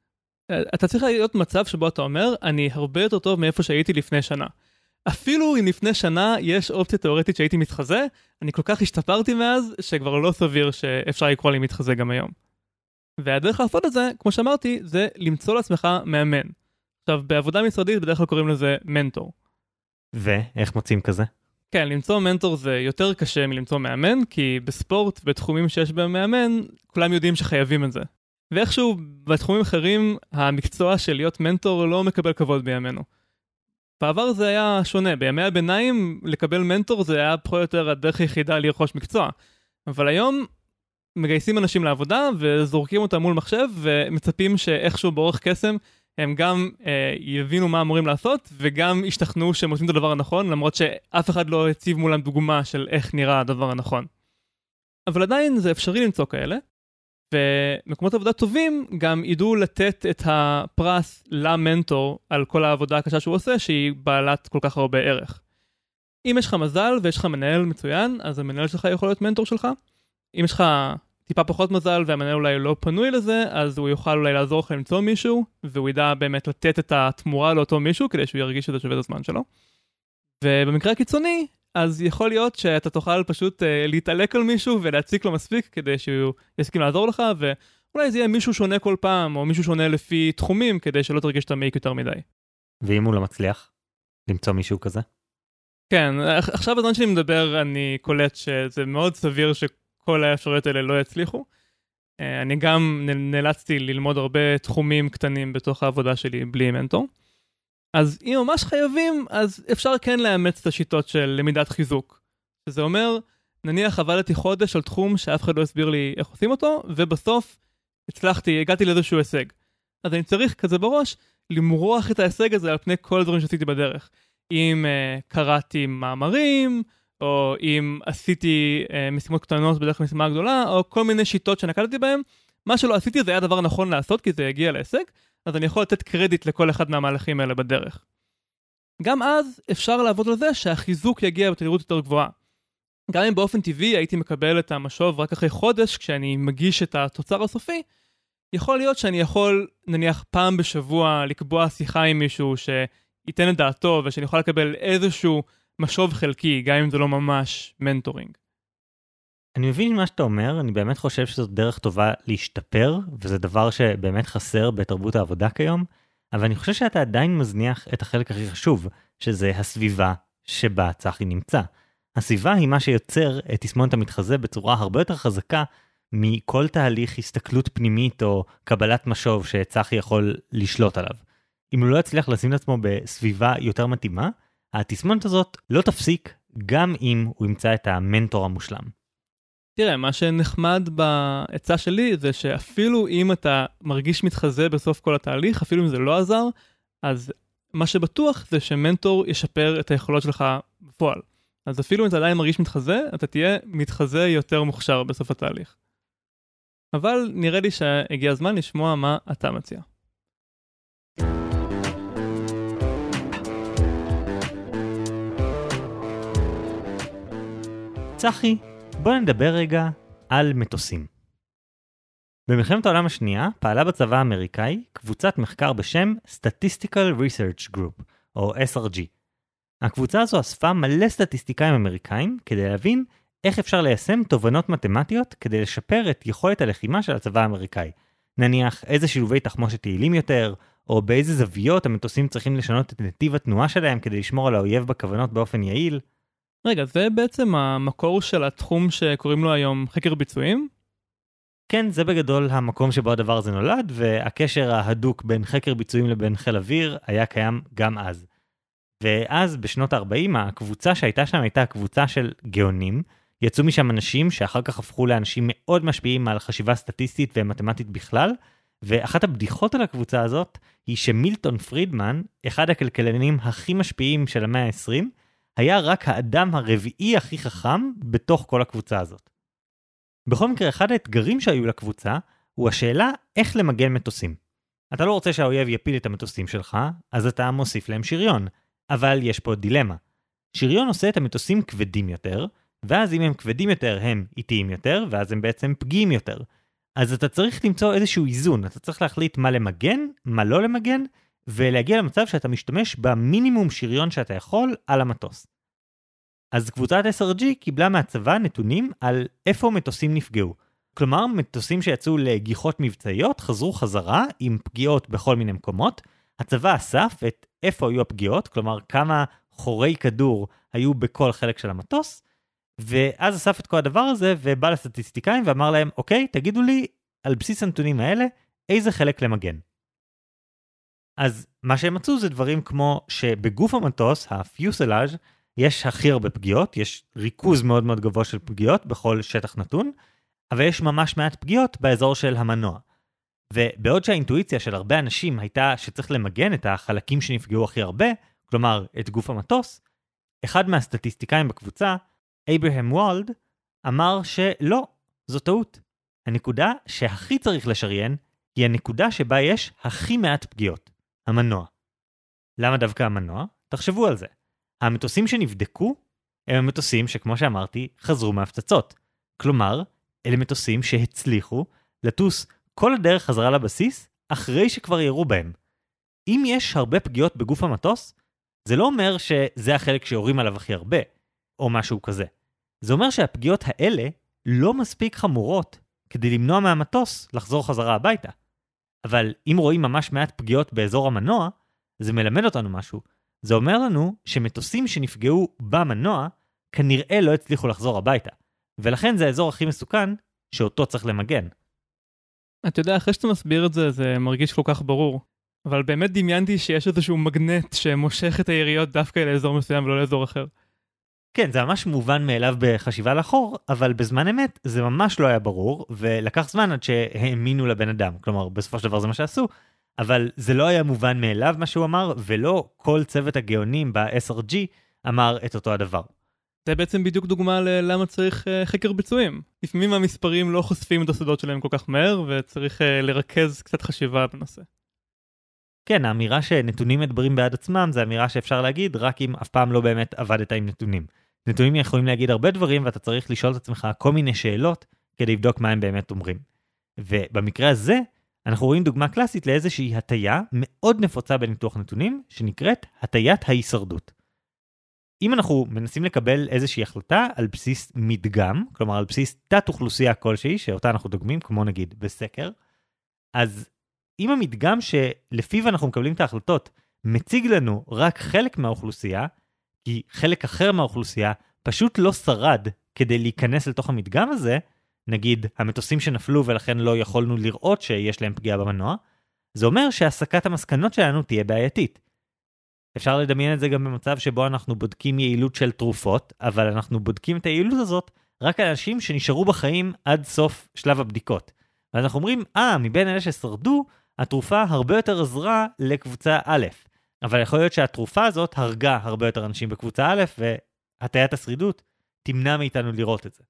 אתה צריך להיות מצב שבו אתה אומר, אני הרבה יותר טוב מאיפה שהייתי לפני שנה. אפילו אם לפני שנה יש אופציה תיאורטית שהייתי מתחזה, אני כל כך השתפרתי מאז, שכבר לא סביר שאפשר לקרוא לי מתחזה גם היום. והדרך לעשות את זה, כמו שאמרתי, זה למצוא לעצמך מאמן. עכשיו, בעבודה משרדית בדרך כלל קוראים לזה מנטור. ואיך מוצאים כזה? כן, למצוא מנטור זה יותר קשה מלמצוא מאמן, כי בספורט, בתחומים שיש בהם מאמן, כולם יודעים שחייבים את זה. ואיכשהו, בתחומים אחרים, המקצוע של להיות מנטור לא מקבל כבוד בימינו. בעבר זה היה שונה, בימי הביניים לקבל מנטור זה היה פחות או יותר הדרך היחידה לרכוש מקצוע. אבל היום מגייסים אנשים לעבודה וזורקים אותם מול מחשב ומצפים שאיכשהו באורך קסם הם גם אה, יבינו מה אמורים לעשות וגם ישתכנעו שהם עושים את הדבר הנכון, למרות שאף אחד לא הציב מולם דוגמה של איך נראה הדבר הנכון. אבל עדיין זה אפשרי למצוא כאלה, ומקומות עבודה טובים גם ידעו לתת את הפרס למנטור על כל העבודה הקשה שהוא עושה, שהיא בעלת כל כך הרבה ערך. אם יש לך מזל ויש לך מנהל מצוין, אז המנהל שלך יכול להיות מנטור שלך. אם יש לך טיפה פחות מזל והמנהל אולי לא פנוי לזה, אז הוא יוכל אולי לעזור לך למצוא מישהו, והוא ידע באמת לתת את התמורה לאותו מישהו, כדי שהוא ירגיש שזה שווה את הזמן שלו. ובמקרה הקיצוני, אז יכול להיות שאתה תוכל פשוט uh, להתעלק על מישהו ולהציק לו מספיק כדי שהוא יסכים לעזור לך, ואולי זה יהיה מישהו שונה כל פעם, או מישהו שונה לפי תחומים, כדי שלא תרגיש את המייק יותר מדי. ואם הוא לא מצליח למצוא מישהו כזה? כן, עכשיו בזמן שאני מדבר אני קולט שזה מאוד סביר שכל האפשרויות האלה לא יצליחו. Uh, אני גם נאלצתי ללמוד הרבה תחומים קטנים בתוך העבודה שלי בלי מנטור. אז אם ממש חייבים, אז אפשר כן לאמץ את השיטות של למידת חיזוק. שזה אומר, נניח עבדתי חודש על תחום שאף אחד לא הסביר לי איך עושים אותו, ובסוף הצלחתי, הגעתי לאיזשהו הישג. אז אני צריך כזה בראש, למרוח את ההישג הזה על פני כל הדברים שעשיתי בדרך. אם uh, קראתי מאמרים, או אם עשיתי uh, משימות קטנות בדרך משימה גדולה, או כל מיני שיטות שנקלתי בהן, מה שלא עשיתי זה היה דבר נכון לעשות, כי זה הגיע להישג, אז אני יכול לתת קרדיט לכל אחד מהמהלכים האלה בדרך. גם אז אפשר לעבוד על זה שהחיזוק יגיע בתדירות יותר גבוהה. גם אם באופן טבעי הייתי מקבל את המשוב רק אחרי חודש, כשאני מגיש את התוצר הסופי, יכול להיות שאני יכול, נניח פעם בשבוע, לקבוע שיחה עם מישהו שייתן את דעתו, ושאני יכול לקבל איזשהו משוב חלקי, גם אם זה לא ממש מנטורינג. אני מבין מה שאתה אומר, אני באמת חושב שזאת דרך טובה להשתפר, וזה דבר שבאמת חסר בתרבות העבודה כיום, אבל אני חושב שאתה עדיין מזניח את החלק הכי חשוב, שזה הסביבה שבה צחי נמצא. הסביבה היא מה שיוצר את תסמונת המתחזה בצורה הרבה יותר חזקה, מכל תהליך הסתכלות פנימית או קבלת משוב שצחי יכול לשלוט עליו. אם הוא לא יצליח לשים לעצמו בסביבה יותר מתאימה, התסמונת הזאת לא תפסיק, גם אם הוא ימצא את המנטור המושלם. תראה, מה שנחמד בעצה שלי זה שאפילו אם אתה מרגיש מתחזה בסוף כל התהליך, אפילו אם זה לא עזר, אז מה שבטוח זה שמנטור ישפר את היכולות שלך בפועל. אז אפילו אם אתה עדיין מרגיש מתחזה, אתה תהיה מתחזה יותר מוכשר בסוף התהליך. אבל נראה לי שהגיע הזמן לשמוע מה אתה מציע. צחי, בוא נדבר רגע על מטוסים. במלחמת העולם השנייה פעלה בצבא האמריקאי קבוצת מחקר בשם Statistical Research Group, או אס אר ג'י. הקבוצה הזו אספה מלא סטטיסטיקאים אמריקאים כדי להבין איך אפשר ליישם תובנות מתמטיות כדי לשפר את יכולת הלחימה של הצבא האמריקאי. נניח איזה שילובי תחמושת יעילים יותר, או באיזה זוויות המטוסים צריכים לשנות את נתיב התנועה שלהם כדי לשמור על האויב בכוונות באופן יעיל. רגע, זה בעצם המקור של התחום שקוראים לו היום חקר ביצועים? כן, זה בגדול המקום שבו הדבר הזה נולד, והקשר ההדוק בין חקר ביצועים לבין חיל אוויר היה קיים גם אז. ואז בשנות ה-ארבעים הקבוצה שהייתה שם הייתה קבוצה של גאונים, יצאו משם אנשים שאחר כך הפכו לאנשים מאוד משפיעים על חשיבה סטטיסטית ומתמטית בכלל, ואחת הבדיחות על הקבוצה הזאת היא שמילטון פרידמן, אחד הכלכלנים הכי משפיעים של המאה ה-עשרים, היה רק האדם הרביעי הכי חכם בתוך כל הקבוצה הזאת. בכל מקרה, אחד האתגרים שהיו לקבוצה הוא השאלה איך למגן מטוסים. אתה לא רוצה שהאויב יפיל את המטוסים שלך, אז אתה מוסיף להם שריון, אבל יש פה דילמה. שריון עושה את המטוסים כבדים יותר, ואז אם הם כבדים יותר הם איטיים יותר, ואז הם בעצם פגיעים יותר. אז אתה צריך למצוא איזשהו איזון, אתה צריך להחליט מה למגן, מה לא למגן, ולהגיע למצב שאתה משתמש במינימום שריון שאתה יכול על המטוס. אז קבוצת אס אר ג'י קיבלה מהצבא נתונים על איפה מטוסים נפגעו. כלומר, מטוסים שיצאו לגיחות מבצעיות חזרו חזרה עם פגיעות בכל מיני מקומות. הצבא אסף את איפה היו הפגיעות, כלומר כמה חורי כדור היו בכל חלק של המטוס, ואז אסף את כל הדבר הזה ובא לסטטיסטיקאים ואמר להם, אוקיי, תגידו לי על בסיס הנתונים האלה, איזה חלק למגן. אז מה שהם מצאו זה דברים כמו שבגוף המטוס, הפיוסלאז' יש הכי הרבה פגיעות, יש ריכוז מאוד מאוד גבוה של פגיעות בכל שטח נתון, אבל יש ממש מעט פגיעות באזור של המנוע. ובעוד שהאינטואיציה של הרבה אנשים הייתה שצריך למגן את החלקים שנפגעו הכי הרבה, כלומר את גוף המטוס, אחד מהסטטיסטיקאים בקבוצה, אברהם וולד, אמר שלא, זו טעות. הנקודה שהכי צריך לשריין היא הנקודה שבה יש הכי מעט פגיעות, המנוע. למה דווקא המנוע? תחשבו על זה. המטוסים שנבדקו הם המטוסים שכמו שאמרתי חזרו מהפצצות. כלומר, אלה מטוסים שהצליחו לטוס כל הדרך חזרה לבסיס אחרי שכבר ירו בהם. אם יש הרבה פגיעות בגוף המטוס, זה לא אומר שזה החלק שיורים עליו הכי הרבה, או משהו כזה. זה אומר שהפגיעות האלה לא מספיק חמורות כדי למנוע מהמטוס לחזור חזרה הביתה. אבל אם רואים ממש מעט פגיעות באזור המנוע, זה מלמד אותנו משהו. זה אומר לנו שמטוסים שנפגעו במנוע כנראה לא הצליחו לחזור הביתה. ולכן זה האזור הכי מסוכן שאותו צריך למגן. אתה יודע, אחרי שאתה מסביר את זה, זה מרגיש כל כך ברור. אבל באמת דמיינתי שיש איזשהו מגנט שמושך את היריות דווקא לאזור מסוים ולא לאזור אחר. כן, זה ממש מובן מאליו בחשיבה לאחור, אבל בזמן אמת זה ממש לא היה ברור, ולקח זמן עד שהאמינו לבן אדם. כלומר, בסופו של דבר זה מה שעשו, אבל זה לא היה מובן מאליו מה שהוא אמר, ולא כל צוות הגאונים ב-אס אר ג'י אמר את אותו הדבר. זה בעצם בדיוק דוגמה ללמה צריך uh, חקר ביצועים. לפעמים המספרים לא חושפים את הסודות שלהם כל כך מהר, וצריך uh, לרכז קצת חשיבה בנושא. כן, האמירה שנתונים מדברים בעד עצמם, זה אמירה שאפשר להגיד רק אם אף פעם לא באמת עבדת עם נתונים. נתונים יכולים להגיד הרבה דברים, ואתה צריך לשאול את עצמך כל מיני שאלות, כדי לבדוק מה הם באמת אומרים. ובמקרה הזה, אנחנו רואים דוגמה קלאסית לאיזושהי הטיה מאוד נפוצה בניתוח נתונים, שנקראת הטיית ההישרדות. אם אנחנו מנסים לקבל איזושהי החלטה על בסיס מדגם, כלומר על בסיס תת אוכלוסייה כלשהי, שאותה אנחנו דוגמים, כמו נגיד בסקר, אז אם המדגם שלפיו אנחנו מקבלים את ההחלטות, מציג לנו רק חלק מהאוכלוסייה, כי חלק אחר מהאוכלוסייה פשוט לא שרד כדי להיכנס לתוך המדגם הזה, נגיד המטוסים שנפלו ולכן לא יכולנו לראות שיש להם פגיעה במנוע, זה אומר שהסקת המסקנות שלנו תהיה בעייתית. אפשר לדמיין את זה גם במצב שבו אנחנו בודקים יעילות של תרופות, אבל אנחנו בודקים את היעילות הזאת רק על אנשים שנשארו בחיים עד סוף שלב הבדיקות. ואנחנו אומרים, אה, מבין אלה ששרדו, התרופה הרבה יותר עזרה לקבוצה א', אבל יכול להיות שהתרופה הזאת הרגה הרבה יותר אנשים בקבוצה א', והטיית השרידות תמנע מאיתנו לראות את זה.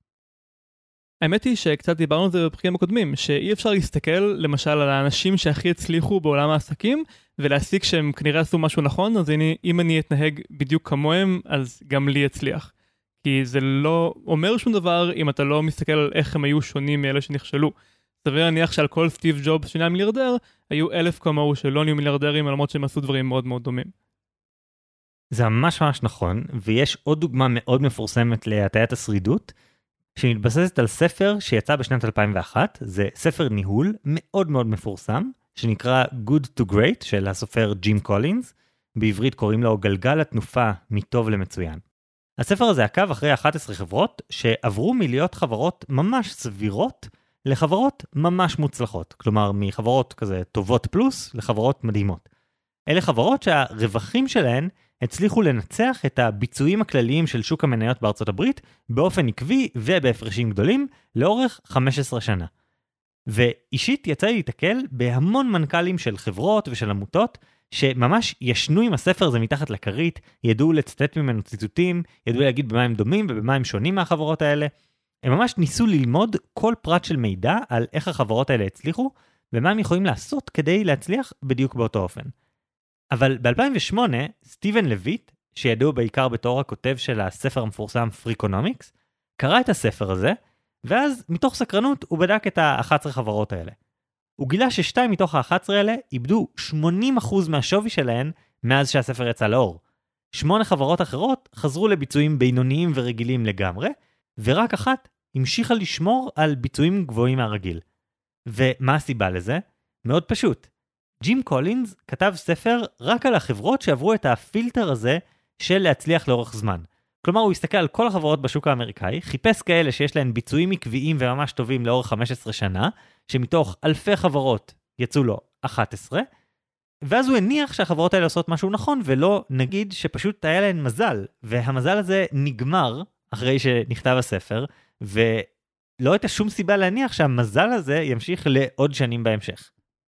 האמת היא שקצת דיברנו על זה בפרקים הקודמים, שאי אפשר להסתכל למשל על האנשים שהכי הצליחו בעולם העסקים, ולהסיק שהם כנראה עשו משהו נכון, אז הנה, אם אני אתנהג בדיוק כמוהם, אז גם לי יצליח. כי זה לא אומר שום דבר אם אתה לא מסתכל על איך הם היו שונים מאלה שנכשלו. סביר להניח שעל כל סטיב ג'ובס שנהיה מיליארדר, היו אלף כמוהו שלא נהיו מיליארדרים, למרות שהם עשו דברים מאוד מאוד דומים. זה ממש ממש נכון, ויש עוד דוגמה מאוד מפורסמת להטיית השרידות, שמתבססת על ספר שיצא בשנת אלפיים ואחת, זה ספר ניהול מאוד מאוד מפורסם, שנקרא Good to Great של הסופר ג'ים קולינס, בעברית קוראים לו גלגל התנופה מטוב למצוין. הספר הזה עקב אחרי אחת עשרה חברות שעברו מלהיות חברות ממש סבירות לחברות ממש מוצלחות, כלומר מחברות כזה טובות פלוס לחברות מדהימות. אלה חברות שהרווחים שלהן הצליחו לנצח את הביצועים הכלליים של שוק המניות בארצות הברית באופן עקבי ובהפרשים גדולים לאורך חמש עשרה שנה. ואישית יצא לי להתקל בהמון מנכ"לים של חברות ושל עמותות שממש ישנו עם הספר הזה מתחת לכרית, ידעו לצטט ממנו ציטוטים, ידעו להגיד במה הם דומים ובמה הם שונים מהחברות האלה. הם ממש ניסו ללמוד כל פרט של מידע על איך החברות האלה הצליחו ומה הם יכולים לעשות כדי להצליח בדיוק באותו אופן. אבל ב-אלפיים ושמונה, סטיבן לויט, שידוע בעיקר בתור הכותב של הספר המפורסם פריקונומיקס, קרא את הספר הזה, ואז מתוך סקרנות הוא בדק את ה-אחת עשרה חברות האלה. הוא גילה ששתיים מתוך ה-אחת עשרה האלה איבדו שמונים אחוז מהשווי שלהן מאז שהספר יצא לאור. שמונה חברות אחרות חזרו לביצועים בינוניים ורגילים לגמרי, ורק אחת המשיכה לשמור על ביצועים גבוהים מהרגיל. ומה הסיבה לזה? מאוד פשוט. ג'ים קולינס כתב ספר רק על החברות שעברו את הפילטר הזה של להצליח לאורך זמן. כלומר, הוא הסתכל על כל החברות בשוק האמריקאי, חיפש כאלה שיש להן ביצועים עקביים וממש טובים לאורך חמש עשרה שנה, שמתוך אלפי חברות יצאו לו אחת עשרה, ואז הוא הניח שהחברות האלה עושות משהו נכון, ולא נגיד שפשוט היה להן מזל, והמזל הזה נגמר אחרי שנכתב הספר, ולא הייתה שום סיבה להניח שהמזל הזה ימשיך לעוד שנים בהמשך.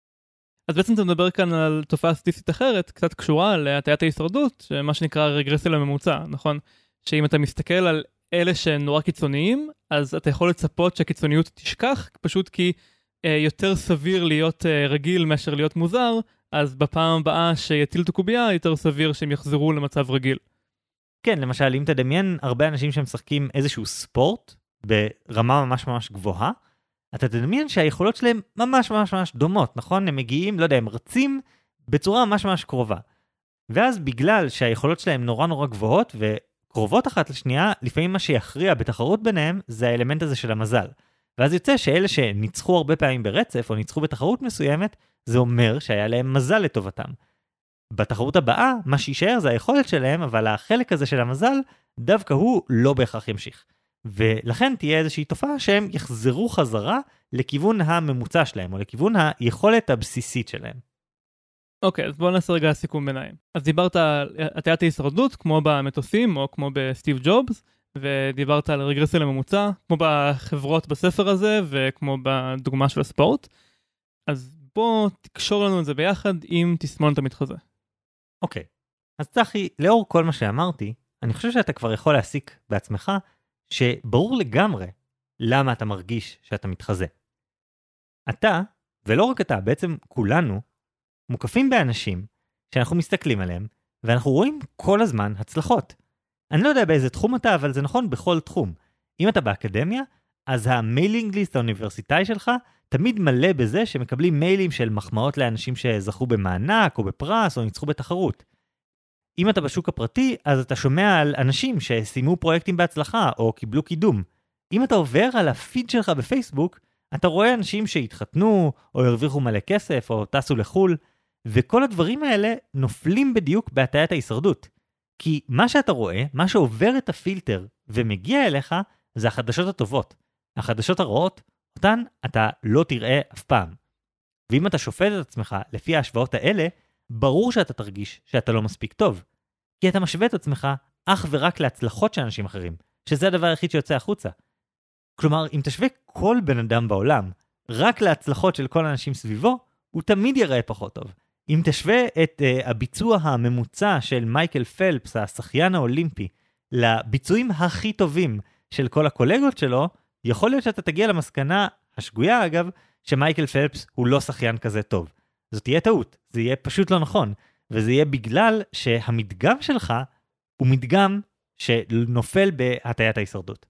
אז בעצם אתה מדבר כאן על תופעה סטטיסטית אחרת, קצת קשורה להטיית ההישרדות, מה שנקרא רגרסיה לממוצע, נכון? שאם אתה מסתכל על אלה שנורא קיצוניים, אז אתה יכול לצפות שהקיצוניות תשכח, פשוט כי אה, יותר סביר להיות אה, רגיל מאשר להיות מוזר, אז בפעם הבאה שיטיל את הקובייה, יותר סביר שהם יחזרו למצב רגיל. כן, למשל, אם תדמיין הרבה אנשים שמשחקים איזשהו ספורט, ברמה ממש ממש גבוהה, אתה תדמיין שהיכולות שלהם ממש ממש ממש דומות, נכון? הם מגיעים, לא יודע, הם רצים בצורה ממש ממש קרובה. ואז בגלל שהיכולות שלהם נורא נורא גבוהות וקרובות אחת לשנייה, לפעמים מה שיכריע בתחרות ביניהם זה האלמנט הזה של המזל. ואז יוצא שאלה שניצחו הרבה פעמים ברצף או ניצחו בתחרות מסוימת, זה אומר שהיה להם מזל לטובתם. בתחרות הבאה, מה שישאר זה היכולת שלהם, אבל החלק הזה של המזל, דווקא הוא לא בהכרח ימשיך. ולכן תהיה איזושהי תופעה שהם יחזרו חזרה לכיוון הממוצע שלהם, או לכיוון היכולת הבסיסית שלהם. אוקיי, אז בואו נעשה רגע סיכום ביניים. אז דיברת על הטיית ההישרדות, כמו במטוסים, או כמו בסטיב ג'ובס, ודיברת על רגרסיה לממוצע, כמו בחברות בספר הזה, וכמו בדוגמה של הספורט. אז בואו תקשור לנו את זה ביחד עם תסמונת המתחזה. אוקיי, אז צחי, לאור כל מה שאמרתי, אני חושב שאתה כבר יכול להסיק בעצמך, שברור לגמרי למה אתה מרגיש שאתה מתחזה. אתה, ולא רק אתה, בעצם כולנו, מוקפים באנשים שאנחנו מסתכלים עליהם, ואנחנו רואים כל הזמן הצלחות. אני לא יודע באיזה תחום אתה, אבל זה נכון בכל תחום. אם אתה באקדמיה, אז המיילינג ליסט האוניברסיטאי שלך תמיד מלא בזה שמקבלים מיילים של מחמאות לאנשים שזכו במענק או בפרס או ניצחו בתחרות. אם אתה בשוק הפרטי, אז אתה שומע על אנשים שסיימו פרויקטים בהצלחה או קיבלו קידום. אם אתה עובר על הפיד שלך בפייסבוק, אתה רואה אנשים שהתחתנו או הרוויחו מלא כסף או טסו לחול, וכל הדברים האלה נופלים בדיוק בהטיית ההישרדות. כי מה שאתה רואה, מה שעובר את הפילטר ומגיע אליך, זה החדשות הטובות. החדשות הרעות, אותן אתה לא תראה אף פעם. ואם אתה שופט את עצמך לפי ההשוואות האלה, ברור שאתה תרגיש שאתה לא מספיק טוב. כי אתה משווה את עצמך אך ורק להצלחות של אנשים אחרים, שזה הדבר היחיד שיוצא החוצה. כלומר, אם תשווה כל בן אדם בעולם רק להצלחות של כל האנשים סביבו, הוא תמיד יראה פחות טוב. אם תשווה את uh, הביצוע הממוצע של מייקל פלפס, השחיין האולימפי, לביצועים הכי טובים של כל הקולגות שלו, יכול להיות שאתה תגיע למסקנה, השגויה אגב, שמייקל פלפס הוא לא שחיין כזה טוב. זאת תהיה טעות, זה יהיה פשוט לא נכון, וזה יהיה בגלל שהמדגם שלך הוא מדגם שנופל בהטיית ההישרדות.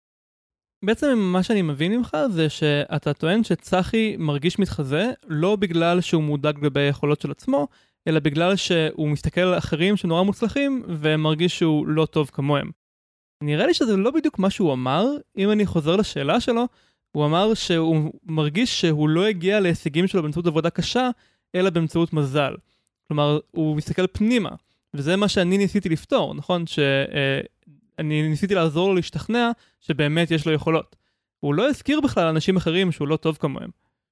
בעצם מה שאני מבין ממך זה שאתה טוען שצחי מרגיש מתחזה לא בגלל שהוא מודאג לגבי היכולות של עצמו, אלא בגלל שהוא מסתכל על אחרים שנורא מוצלחים, ומרגיש שהוא לא טוב כמוהם. נראה לי שזה לא בדיוק מה שהוא אמר, אם אני חוזר לשאלה שלו, הוא אמר שהוא מרגיש שהוא לא הגיע להישגים שלו באמצעות עבודה קשה, אלא באמצעות מזל. כלומר, הוא מסתכל פנימה, וזה מה שאני ניסיתי לפתור, נכון? שאני ניסיתי לעזור לו להשתכנע שבאמת יש לו יכולות. הוא לא הזכיר בכלל אנשים אחרים שהוא לא טוב כמוהם.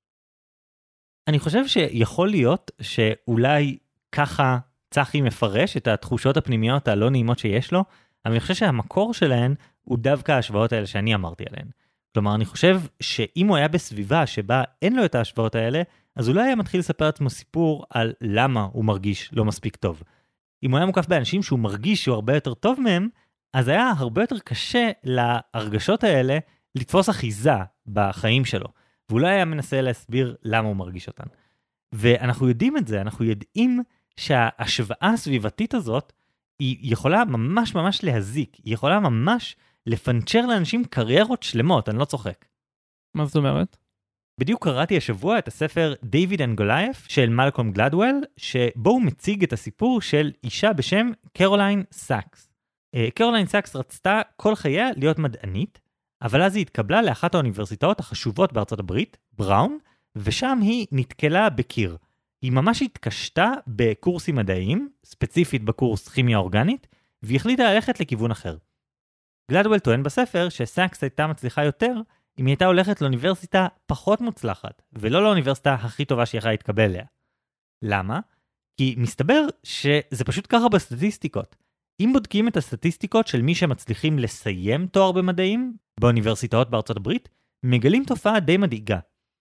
אני חושב שיכול להיות שאולי ככה צחי מפרש את התחושות הפנימיות הלא נעימות שיש לו, אבל אני חושב שהמקור שלהן הוא דווקא ההשוואות האלה שאני אמרתי עליהן. כלומר, אני חושב שאם הוא היה בסביבה שבה אין לו את ההשוואות האלה, אז הוא לא היה מתחיל לספר לעצמו סיפור על למה הוא מרגיש לא מספיק טוב. אם הוא היה מוקף באנשים שהוא מרגיש שהוא הרבה יותר טוב מהם, אז היה הרבה יותר קשה להרגשות האלה לתפוס אחיזה בחיים שלו. והוא לא היה מנסה להסביר למה הוא מרגיש אותן. ואנחנו יודעים את זה, אנחנו יודעים שההשוואה הסביבתית הזאת, היא יכולה ממש ממש להזיק, היא יכולה ממש לפנצ'ר לאנשים קריירות שלמות, אני לא צוחק. מה זאת אומרת? בדיוק קראתי השבוע את הספר דיוויד אנד גולייף של מלקום גלדוול, שבו הוא מציג את הסיפור של אישה בשם קרוליין סאקס. קרוליין סאקס רצתה כל חייה להיות מדענית, אבל אז היא התקבלה לאחת האוניברסיטאות החשובות בארצות הברית, בראון, ושם היא נתקלה בקיר. היא ממש התקשתה בקורסים מדעיים, ספציפית בקורס כימיה אורגנית, והיא החליטה ללכת לכיוון אחר. גלדוול טוען בספר שסאקס הייתה מצליחה יותר, אם היא הייתה הולכת לאוניברסיטה פחות מוצלחת, ולא לאוניברסיטה הכי טובה שהיא יכולה להתקבל אליה. למה? כי מסתבר שזה פשוט ככה בסטטיסטיקות. אם בודקים את הסטטיסטיקות של מי שמצליחים לסיים תואר במדעים, באוניברסיטאות בארצות הברית, מגלים תופעה די מדאיגה.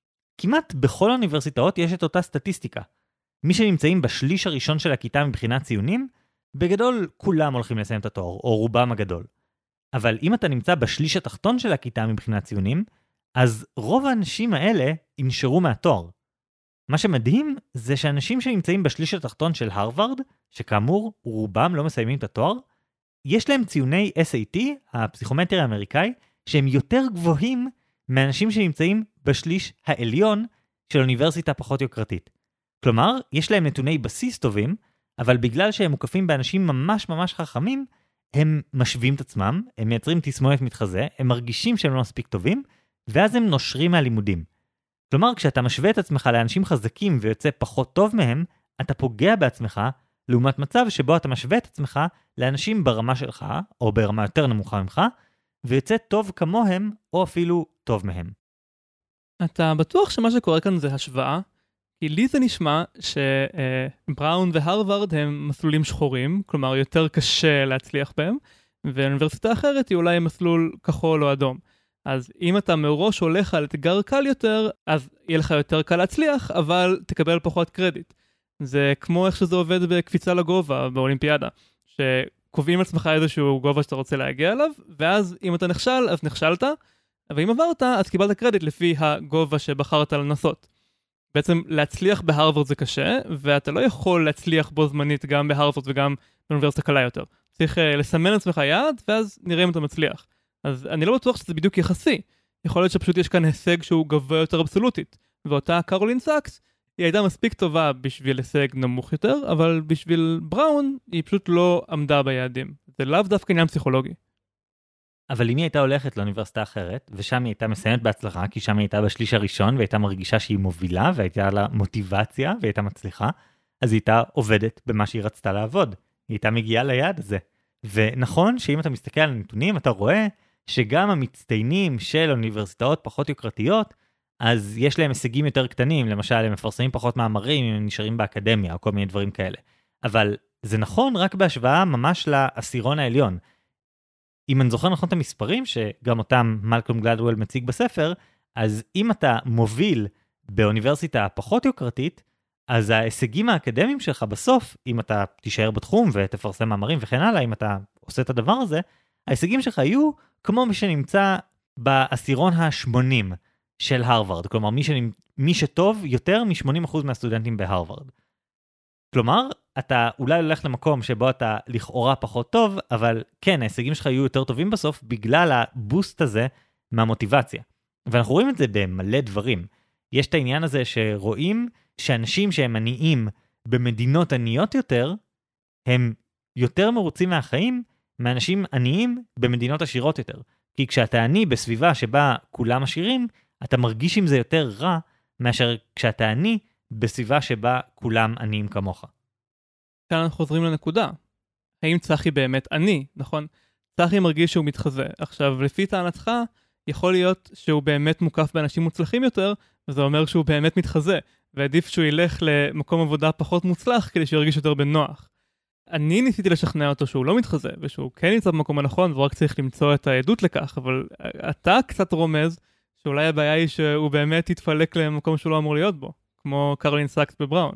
כמעט בכל האוניברסיטאות יש את אותה סטטיסטיקה. מי שנמצאים בשליש הראשון של הכיתה מבחינת ציונים, בגדול כולם הולכים לסיים את התואר, או רובם הגדול. אבל אם אתה נמצא בשליש התחתון של הכיתה מבחינת ציונים, אז רוב האנשים האלה ינשרו מהתואר. מה שמדהים זה שאנשים שנמצאים בשליש התחתון של הרווארד, שכאמור רובם לא מסיימים את התואר, יש להם ציוני אס איי טי, הפסיכומטרי האמריקאי, שהם יותר גבוהים מאנשים שנמצאים בשליש העליון של אוניברסיטה פחות יוקרתית. כלומר, יש להם נתוני בסיס טובים, אבל בגלל שהם מוקפים באנשים ממש ממש חכמים, הם משווים את עצמם, הם מייצרים תסמונת מתחזה, הם מרגישים שהם לא מספיק טובים, ואז הם נושרים מהלימודים. כלומר, כשאתה משווה את עצמך לאנשים חזקים ויוצא פחות טוב מהם, אתה פוגע בעצמך, לעומת מצב שבו אתה משווה את עצמך לאנשים ברמה שלך, או ברמה יותר נמוכה ממך, ויוצא טוב כמוהם, או אפילו טוב מהם. אתה בטוח שמה שקורה כאן זה השוואה? כי לי זה נשמע שבראון והרווארד הם מסלולים שחורים, כלומר יותר קשה להצליח בהם, ואוניברסיטה אחרת היא אולי מסלול כחול או אדום. אז אם אתה מראש הולך על אתגר קל יותר, אז יהיה לך יותר קל להצליח, אבל תקבל פחות קרדיט. זה כמו איך שזה עובד בקפיצה לגובה באולימפיאדה, שקובעים לעצמך איזשהו גובה שאתה רוצה להגיע אליו, ואז אם אתה נכשל, אז נכשלת, ואם עברת, אז קיבלת קרדיט לפי הגובה שבחרת לנסות. בעצם להצליח בהרווארד זה קשה, ואתה לא יכול להצליח בו זמנית גם בהרווארד וגם באוניברסיטה קלה יותר. צריך uh, לסמן עצמך יעד, ואז נראה אם אתה מצליח. אז אני לא בטוח שזה בדיוק יחסי. יכול להיות שפשוט יש כאן הישג שהוא גבוה יותר אבסולוטית. ואותה קרולין סאקס, היא הייתה מספיק טובה בשביל הישג נמוך יותר, אבל בשביל בראון היא פשוט לא עמדה ביעדים. זה לאו דווקא עניין פסיכולוגי. אבל אם היא הייתה הולכת לאוניברסיטה אחרת, ושם היא הייתה מסיימת בהצלחה, כי שם היא הייתה בשליש הראשון, והייתה מרגישה שהיא מובילה, והייתה לה מוטיבציה, והייתה מצליחה, אז היא הייתה עובדת במה שהיא רצתה לעבוד. היא הייתה מגיעה ליעד הזה. ונכון שאם אתה מסתכל על הנתונים, אתה רואה שגם המצטיינים של אוניברסיטאות פחות יוקרתיות, אז יש להם הישגים יותר קטנים, למשל הם מפרסמים פחות מאמרים, אם הם נשארים באקדמיה, או כל מיני דברים כאלה. אבל זה נכון רק בהשוואה ממש לעשירון העליון. אם אני זוכר נכון את המספרים, שגם אותם מלקום גלדוול מציג בספר, אז אם אתה מוביל באוניברסיטה פחות יוקרתית, אז ההישגים האקדמיים שלך בסוף, אם אתה תישאר בתחום ותפרסם מאמרים וכן הלאה, אם אתה עושה את הדבר הזה, ההישגים שלך יהיו כמו מי שנמצא בעשירון ה-שמונים של הרווארד. כלומר, מי, שנמצ... מי שטוב יותר מ-שמונים אחוז מהסטודנטים בהרווארד. כלומר, אתה אולי הולך למקום שבו אתה לכאורה פחות טוב, אבל כן, ההישגים שלך יהיו יותר טובים בסוף, בגלל הבוסט הזה מהמוטיבציה. ואנחנו רואים את זה במלא דברים. יש את העניין הזה שרואים שאנשים שהם עניים במדינות עניות יותר, הם יותר מרוצים מהחיים מאנשים עניים במדינות עשירות יותר. כי כשאתה עני בסביבה שבה כולם עשירים, אתה מרגיש עם זה יותר רע מאשר כשאתה עני בסביבה שבה כולם עניים כמוך. כאן אנחנו חוזרים לנקודה. האם צחי באמת עני, נכון? צחי מרגיש שהוא מתחזה. עכשיו, לפי טענתך, יכול להיות שהוא באמת מוקף באנשים מוצלחים יותר, וזה אומר שהוא באמת מתחזה, ועדיף שהוא ילך למקום עבודה פחות מוצלח כדי שירגיש יותר בנוח. אני ניסיתי לשכנע אותו שהוא לא מתחזה, ושהוא כן נמצא במקום הנכון, ורק צריך למצוא את העדות לכך, אבל אתה קצת רומז שאולי הבעיה היא שהוא באמת יתפלק למקום שהוא לא אמור להיות בו, כמו קרולין סאקס בבראון.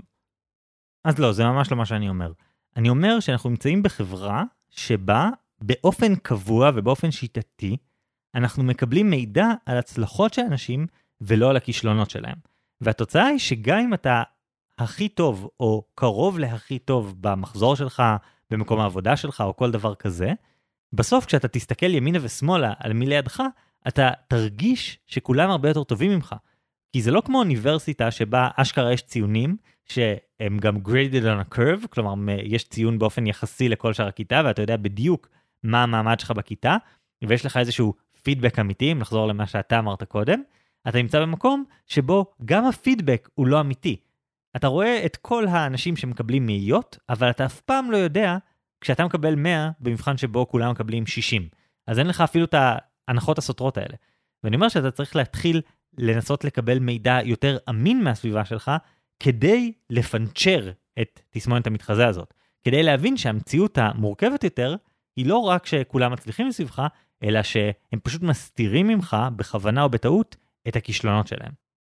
אז לא, זה ממש לא מה שאני אומר. אני אומר שאנחנו נמצאים בחברה שבה באופן קבוע ובאופן שיטתי, אנחנו מקבלים מידע על הצלחות של אנשים ולא על הכישלונות שלהם. והתוצאה היא שגם אם אתה הכי טוב או קרוב להכי טוב במחזור שלך, במקום העבודה שלך או כל דבר כזה, בסוף כשאתה תסתכל ימינה ושמאלה על מי לידך, אתה תרגיש שכולם הרבה יותר טובים ממך. כי זה לא כמו אוניברסיטה שבה אשכרה יש ציונים, שהם גם graded on a curve, כלומר יש ציון באופן יחסי לכל שאר הכיתה, ואתה יודע בדיוק מה המעמד שלך בכיתה, ויש לך איזשהו פידבק אמיתי, אם נחזור למה שאתה אמרת קודם, אתה נמצא במקום שבו גם הפידבק הוא לא אמיתי. אתה רואה את כל האנשים שמקבלים מאיות, אבל אתה אף פעם לא יודע כשאתה מקבל מאה במבחן שבו כולם מקבלים שישים. אז אין לך אפילו את ההנחות הסותרות האלה. ואני אומר שאתה צריך להתחיל לנסות לקבל מידע יותר אמין מהסביבה שלך, כדי לפנצ'ר את תסמונת המתחזה הזאת. כדי להבין שהמציאות המורכבת יותר, היא לא רק שכולם מצליחים מסביבך, אלא שהם פשוט מסתירים ממך, בכוונה או בטעות, את הכישלונות שלהם.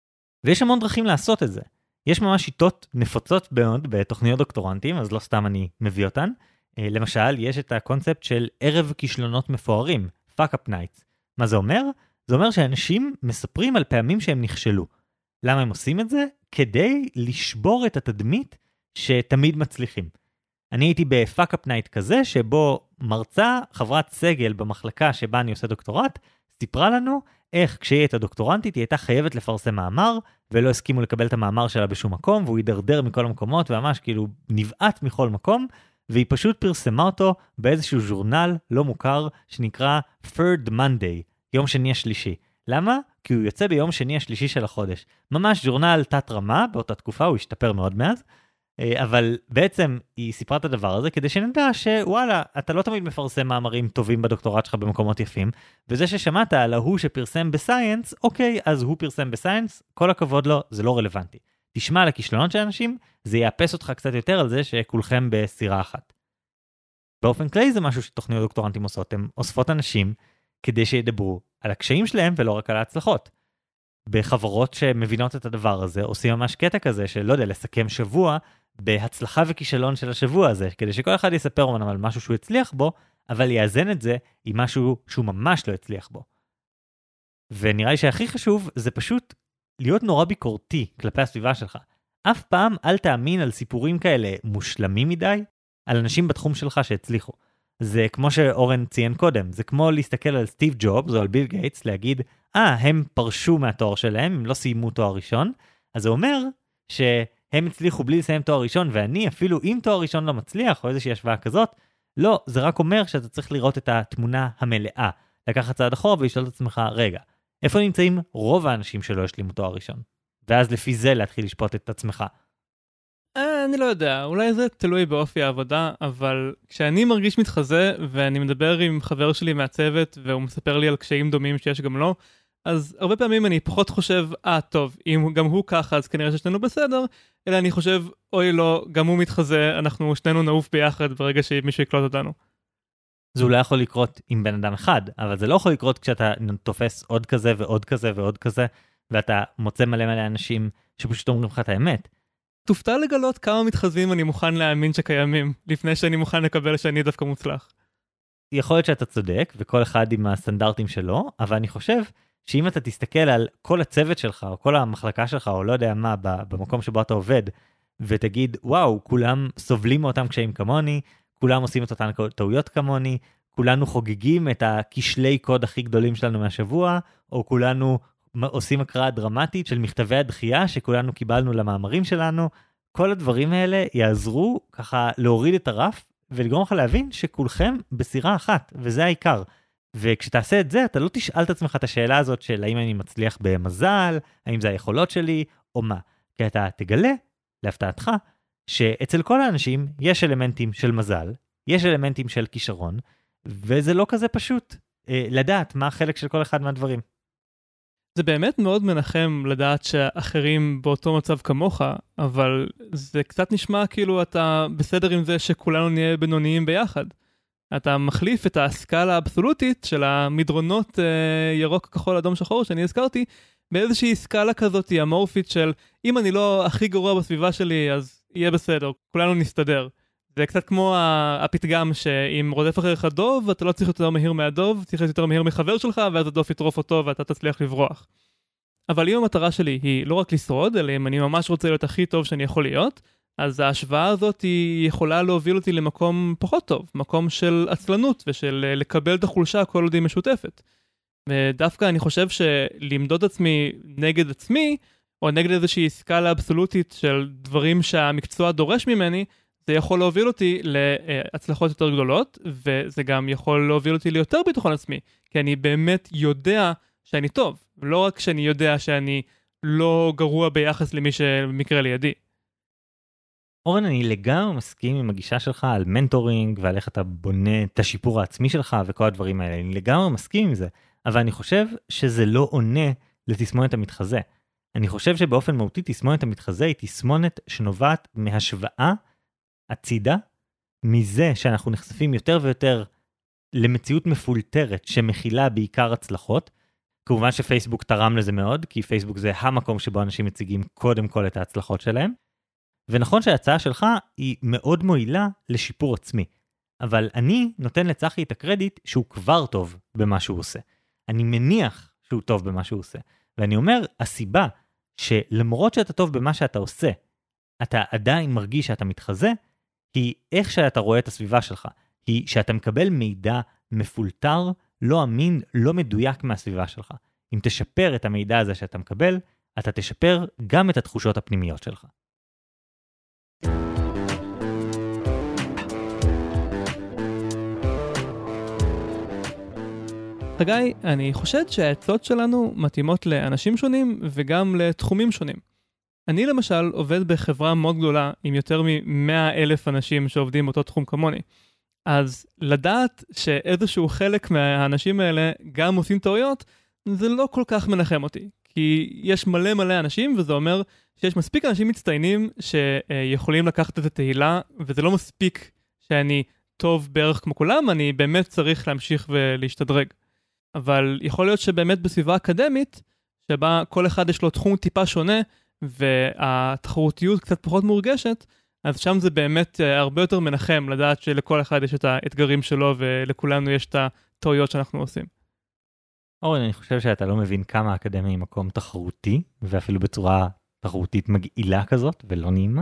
ויש המון דרכים לעשות את זה. יש ממש שיטות נפוצות מאוד בתוכניות דוקטורנטים, אז לא סתם אני מביא אותן. למשל, יש את הקונספט של ערב כישלונות מפוארים, fuck up nights. מה זה אומר? זה אומר שאנשים מספרים על פעמים שהם נכשלו. למה הם עושים את זה? כדי לשבור את התדמית שתמיד מצליחים. אני הייתי ב-fuck up night כזה, שבו מרצה, חברת סגל במחלקה שבה אני עושה דוקטורט, סיפרה לנו איך כשהיא הייתה דוקטורנטית, היא הייתה חייבת לפרסם מאמר, ולא הסכימו לקבל את המאמר שלה בשום מקום, והוא יידרדר מכל המקומות, וממש כאילו נבעט מכל מקום, והיא פשוט פרסמה אותו באיזשהו ז'ורנל לא מוכר, שנקרא Third Monday, יום שני השלישי. למה? כי הוא יוצא ביום שני השלישי של החודש. ממש ז'ורנל תת רמה, באותה תקופה הוא השתפר מאוד מאז, אבל בעצם היא סיפרה את הדבר הזה כדי שנדע שוואלה, אתה לא תמיד מפרסם מאמרים טובים בדוקטורט שלך במקומות יפים, וזה ששמעת על ההוא שפרסם בסייאנס, אוקיי, אז הוא פרסם בסייאנס, כל הכבוד לו, זה לא רלוונטי. תשמע על הכישלונות של אנשים, זה יאפס אותך קצת יותר על זה שכולכם בסירה אחת. באופן כללי זה משהו שתוכניות דוקטורנטים עושות, הן אוספות אנשים כדי שידברו על הקשיים שלהם ולא רק על ההצלחות. בחברות שמבינות את הדבר הזה, עושים ממש קטע כזה של, לא יודע, לסכם שבוע בהצלחה וכישלון של השבוע הזה, כדי שכל אחד יספר אומנם על משהו שהוא הצליח בו, אבל יאזן את זה עם משהו שהוא ממש לא הצליח בו. ונראה לי שהכי חשוב זה פשוט להיות נורא ביקורתי כלפי הסביבה שלך. אף פעם אל תאמין על סיפורים כאלה מושלמים מדי, על אנשים בתחום שלך שהצליחו. זה כמו שאורן ציין קודם, זה כמו להסתכל על סטיב ג'ובס או על ביל גייטס, להגיד, אה, הם פרשו מהתואר שלהם, הם לא סיימו תואר ראשון, אז זה אומר שהם הצליחו בלי לסיים תואר ראשון, ואני אפילו אם תואר ראשון לא מצליח, או איזושהי השוואה כזאת, לא, זה רק אומר שאתה צריך לראות את התמונה המלאה, לקחת צעד אחורה ולשאול את עצמך, רגע, איפה נמצאים רוב האנשים שלא השלימו תואר ראשון? ואז לפי זה להתחיל לשפוט את עצמך. אני לא יודע, אולי זה תלוי באופי העבודה, אבל כשאני מרגיש מתחזה ואני מדבר עם חבר שלי מהצוות והוא מספר לי על קשיים דומים שיש גם לו, אז הרבה פעמים אני פחות חושב, אה טוב, אם גם הוא ככה אז כנראה ששנינו בסדר, אלא אני חושב, אוי לא, גם הוא מתחזה, אנחנו שנינו נעוף ביחד ברגע שמישהו יקלוט אותנו. זה אולי יכול לקרות עם בן אדם אחד, אבל זה לא יכול לקרות כשאתה תופס עוד כזה ועוד כזה ועוד כזה, ואתה מוצא מלא מלא אנשים שפשוט אומרים לך את האמת. תופתע לגלות כמה מתחזים אני מוכן להאמין שקיימים, לפני שאני מוכן לקבל שאני דווקא מוצלח. יכול להיות שאתה צודק, וכל אחד עם הסטנדרטים שלו, אבל אני חושב שאם אתה תסתכל על כל הצוות שלך, או כל המחלקה שלך, או לא יודע מה, במקום שבו אתה עובד, ותגיד, וואו, כולם סובלים מאותם קשיים כמוני, כולם עושים את אותן טעויות כמוני, כולנו חוגגים את הכשלי קוד הכי גדולים שלנו מהשבוע, או כולנו עושים הקראה דרמטית של מכתבי הדחייה שכולנו קיבלנו למאמרים שלנו, כל הדברים האלה יעזרו ככה להוריד את הרף, ולגרום לך להבין שכולכם בסירה אחת, וזה העיקר. וכשתעשה את זה, אתה לא תשאל את עצמך את השאלה הזאת של האם אני מצליח במזל, האם זה היכולות שלי, או מה. כי אתה תגלה, להפתעתך, שאצל כל האנשים יש אלמנטים של מזל, יש אלמנטים של כישרון, וזה לא כזה פשוט אה, לדעת מה החלק של כל אחד מהדברים. זה באמת מאוד מנחם לדעת שאחרים באותו מצב כמוך, אבל זה קצת נשמע כאילו אתה בסדר עם זה שכולנו נהיה בינוניים ביחד. אתה מחליף את הסקאלה האבסולוטית של המדרונות אה, ירוק, כחול, אדום, שחור שאני הזכרתי, באיזושהי סקאלה כזאת אמורפית של אם אני לא הכי גרוע בסביבה שלי אז יהיה בסדר, כולנו נסתדר. זה קצת כמו הפתגם שאם רודף אחריך דוב, אתה לא צריך יותר מהיר מהדוב, צריך יותר מהיר מחבר שלך, ואז הדוב יטרוף אותו ואתה תצליח לברוח. אבל אם המטרה שלי היא לא רק לשרוד, אלא אם אני ממש רוצה להיות הכי טוב שאני יכול להיות, אז ההשוואה הזאת היא יכולה להוביל אותי למקום פחות טוב, מקום של עצלנות ושל לקבל את החולשה כל עוד היא משותפת. ודווקא אני חושב שלמדוד עצמי נגד עצמי, או נגד איזושהי סקאלה אבסולוטית של דברים שהמקצוע דורש ממני, זה יכול להוביל אותי להצלחות יותר גדולות, וזה גם יכול להוביל אותי ליותר ביטחון עצמי, כי אני באמת יודע שאני טוב, לא רק שאני יודע שאני לא גרוע ביחס למי שמקרה לידי. אורן, אני לגמרי מסכים עם הגישה שלך על מנטורינג, ועל איך אתה בונה את השיפור העצמי שלך וכל הדברים האלה. אני לגמרי מסכים עם זה, אבל אני חושב שזה לא עונה לתסמונת המתחזה. אני חושב שבאופן מהותי תסמונת המתחזה היא תסמונת שנובעת מהשוואה הצידה, מזה שאנחנו נחשפים יותר ויותר למציאות מפולטרת שמכילה בעיקר הצלחות. כמובן שפייסבוק תרם לזה מאוד, כי פייסבוק זה המקום שבו אנשים מציגים קודם כל את ההצלחות שלהם. ונכון שההצעה שלך היא מאוד מועילה לשיפור עצמי, אבל אני נותן לצחי את הקרדיט שהוא כבר טוב במה שהוא עושה. אני מניח שהוא טוב במה שהוא עושה. ואני אומר, הסיבה שלמרות שאתה טוב במה שאתה עושה, אתה עדיין מרגיש שאתה מתחזה, היא איך שאתה רואה את הסביבה שלך. היא שאתה מקבל מידע מפולטר, לא אמין, לא מדויק מהסביבה שלך. אם תשפר את המידע הזה שאתה מקבל, אתה תשפר גם את התחושות הפנימיות שלך. חגי, אני חושד שהעצות שלנו מתאימות לאנשים שונים וגם לתחומים שונים. אני למשל עובד בחברה מאוד גדולה עם יותר מ-מאה אלף אנשים שעובדים באותו תחום כמוני. אז לדעת שאיזשהו חלק מהאנשים האלה גם עושים טעויות, זה לא כל כך מנחם אותי. כי יש מלא מלא אנשים, וזה אומר שיש מספיק אנשים מצטיינים שיכולים לקחת את התהילה, וזה לא מספיק שאני טוב בערך כמו כולם, אני באמת צריך להמשיך ולהשתדרג. אבל יכול להיות שבאמת בסביבה אקדמית, שבה כל אחד יש לו תחום טיפה שונה, והתחרותיות קצת פחות מורגשת, אז שם זה באמת הרבה יותר מנחם לדעת שלכל אחד יש את האתגרים שלו, ולכולנו יש את הטעויות שאנחנו עושים. אורן, אני חושב שאתה לא מבין כמה האקדמיה היא מקום תחרותי, ואפילו בצורה תחרותית מגעילה כזאת, ולא נעימה.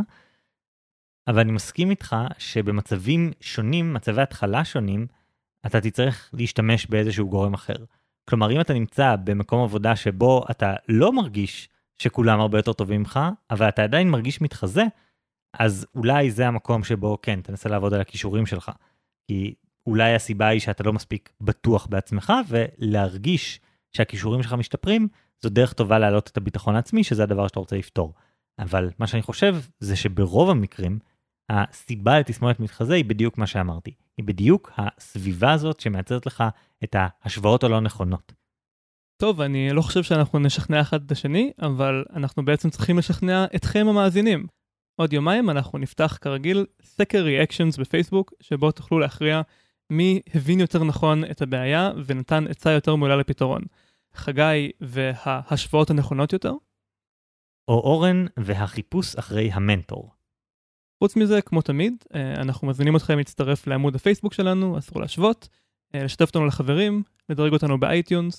אבל אני מסכים איתך שבמצבים שונים, מצבי התחלה שונים, אתה תצטרך להשתמש באיזשהו גורם אחר. כלומר, אם אתה נמצא במקום עבודה שבו אתה לא מרגיש שכולם הרבה יותר טובים ממך, אבל אתה עדיין מרגיש מתחזה, אז אולי זה המקום שבו, כן, תנסה לעבוד על הכישורים שלך. כי אולי הסיבה היא שאתה לא מספיק בטוח בעצמך, ולהרגיש שהכישורים שלך משתפרים, זו דרך טובה להעלות את הביטחון העצמי, שזה הדבר שאתה רוצה לפתור. אבל מה שאני חושב זה שברוב המקרים, הסיבה לתסמונת מתחזה היא בדיוק מה שאמרתי. היא בדיוק הסביבה הזאת שמייצרת לך את ההשוואות הלא נכונות. טוב, אני לא חושב שאנחנו נשכנע אחד את השני, אבל אנחנו בעצם צריכים לשכנע אתכם המאזינים. עוד יומיים אנחנו נפתח כרגיל סקר ריאקשנס בפייסבוק, שבו תוכלו להכריע מי הבין יותר נכון את הבעיה ונתן עצה יותר מעולה לפתרון. חגי וההשוואות הנכונות יותר? או אורן והחיפוש אחרי המנטור. חוץ מזה, כמו תמיד, אנחנו מזמינים אתכם להצטרף לעמוד הפייסבוק שלנו, אסור להשוות, לשתף אותנו לחברים, לדרג אותנו באייטיונס.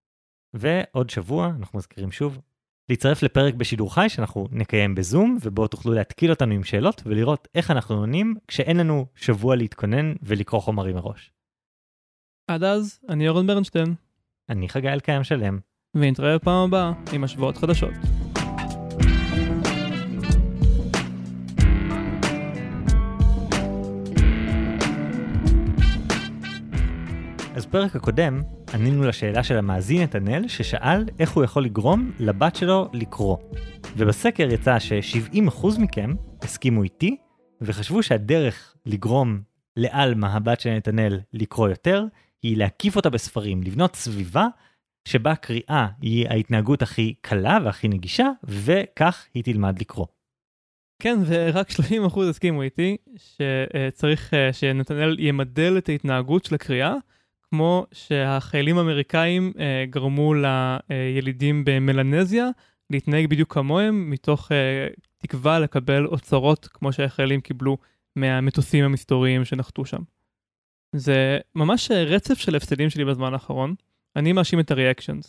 ועוד שבוע, אנחנו מזכירים שוב, להצטרף לפרק בשידור חי שאנחנו נקיים בזום, ובו תוכלו להתקיל אותנו עם שאלות ולראות איך אנחנו עונים כשאין לנו שבוע להתכונן ולקרוא חומרים מראש. עד אז, אני אורן ברנשטיין. אני חגי אלקיים שלם. ונתראה בפעם הבאה עם השוואות חדשות. בפרק הקודם ענינו לשאלה של המאזין נתנאל ששאל איך הוא יכול לגרום לבת שלו לקרוא. ובסקר יצא ש-שבעים אחוז מכם הסכימו איתי וחשבו שהדרך לגרום לאלמה הבת של נתנאל לקרוא יותר היא להקיף אותה בספרים, לבנות סביבה שבה קריאה היא ההתנהגות הכי קלה והכי נגישה וכך היא תלמד לקרוא. כן, ורק שלושים אחוז הסכימו איתי שצריך שנתנאל ימדל את ההתנהגות של הקריאה, כמו שהחיילים האמריקאים גרמו לילידים במלנזיה להתנהג בדיוק כמוהם, מתוך תקווה לקבל אוצרות כמו שהחיילים קיבלו מהמטוסים המסתוריים שנחתו שם. זה ממש רצף של הפסדים שלי בזמן האחרון. אני מאשים את הריאקשנס.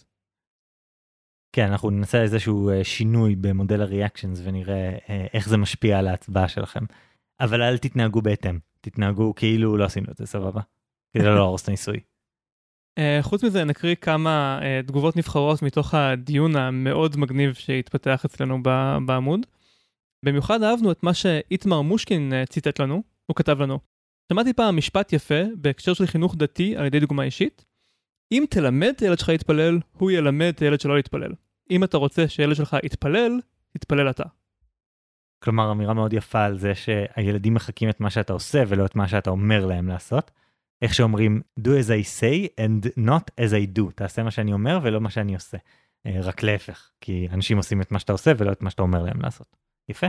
כן, אנחנו ננסה איזשהו שינוי במודל הריאקשנס ונראה איך זה משפיע על ההצבעה שלכם. אבל אל תתנהגו בהתאם. תתנהגו כאילו לא עשינו את זה, סבבה? כדי לא להרוס את הניסוי. חוץ מזה נקריא כמה תגובות נבחרות מתוך הדיון המאוד מגניב שהתפתח אצלנו בעמוד. במיוחד אהבנו את מה שאיתמר מושקין ציטט לנו. הוא כתב לנו: שמעתי פעם משפט יפה בהקשר של חינוך דתי על ידי דוגמה אישית. אם תלמד את הילד שלך להתפלל, הוא ילמד את הילד שלו להתפלל. אם אתה רוצה שהילד שלך יתפלל, תתפלל אתה. כלומר, אמירה מאוד יפה על זה שהילדים מחכים את מה שאתה עושה ולא את מה שאתה אומר להם לעשות. איך שאומרים, do as I say and not as I do. תעשה מה שאני אומר ולא מה שאני עושה. רק להפך, כי אנשים עושים את מה שאתה עושה ולא את מה שאתה אומר להם לעשות. יפה?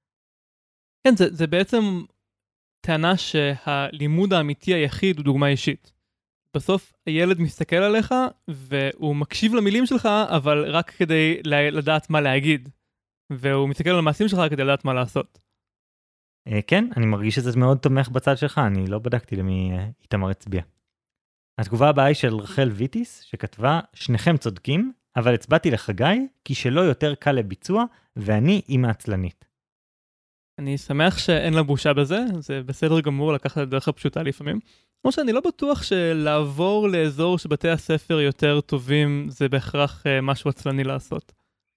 כן, זה, זה בעצם טענה שהלימוד האמיתי היחיד הוא דוגמה אישית. בסוף הילד מסתכל עליך והוא מקשיב למילים שלך, אבל רק כדי לדעת מה להגיד. והוא מסתכל על המעשים שלך כדי לדעת מה לעשות. כן, אני מרגיש שזה מאוד תומך בצד שלך, אני לא בדקתי למי איתמר הצביע. התגובה הבאה היא של רחל ויטיס, שכתבה, שניכם צודקים, אבל הצבעתי לחגי, כי שלא יותר קל לביצוע, ואני אימא עצלנית. אני שמח שאין לה בושה בזה, זה בסדר גמור לקחת את דרך הפשוטה לפעמים. כמו שאני לא בטוח שלעבור לאזור שבתי הספר יותר טובים, זה בהכרח משהו עצלני לעשות.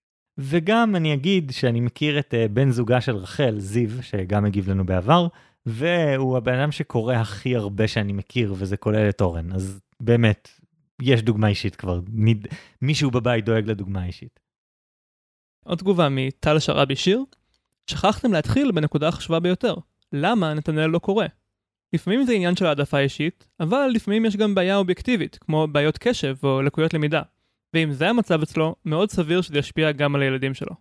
וגם אני אגיד שאני מכיר את בן זוגה של רחל, זיו, שגם הגיב לנו בעבר, והוא הבן אדם שקורא הכי הרבה שאני מכיר, וזה כולל את אורן. אז באמת, יש דוגמה אישית כבר. מישהו בבית דואג לדוגמה אישית. עוד תגובה מטל שרבי שיר. שכחתם להתחיל בנקודה החשובה ביותר. למה נתנאל לא קורא? לפעמים זה עניין של העדפה אישית, אבל לפעמים יש גם בעיה אובייקטיבית, כמו בעיות קשב או לקויות למידה. ואם זה המצב אצלו, מאוד סביר שזה ישפיע גם על הילדים שלו.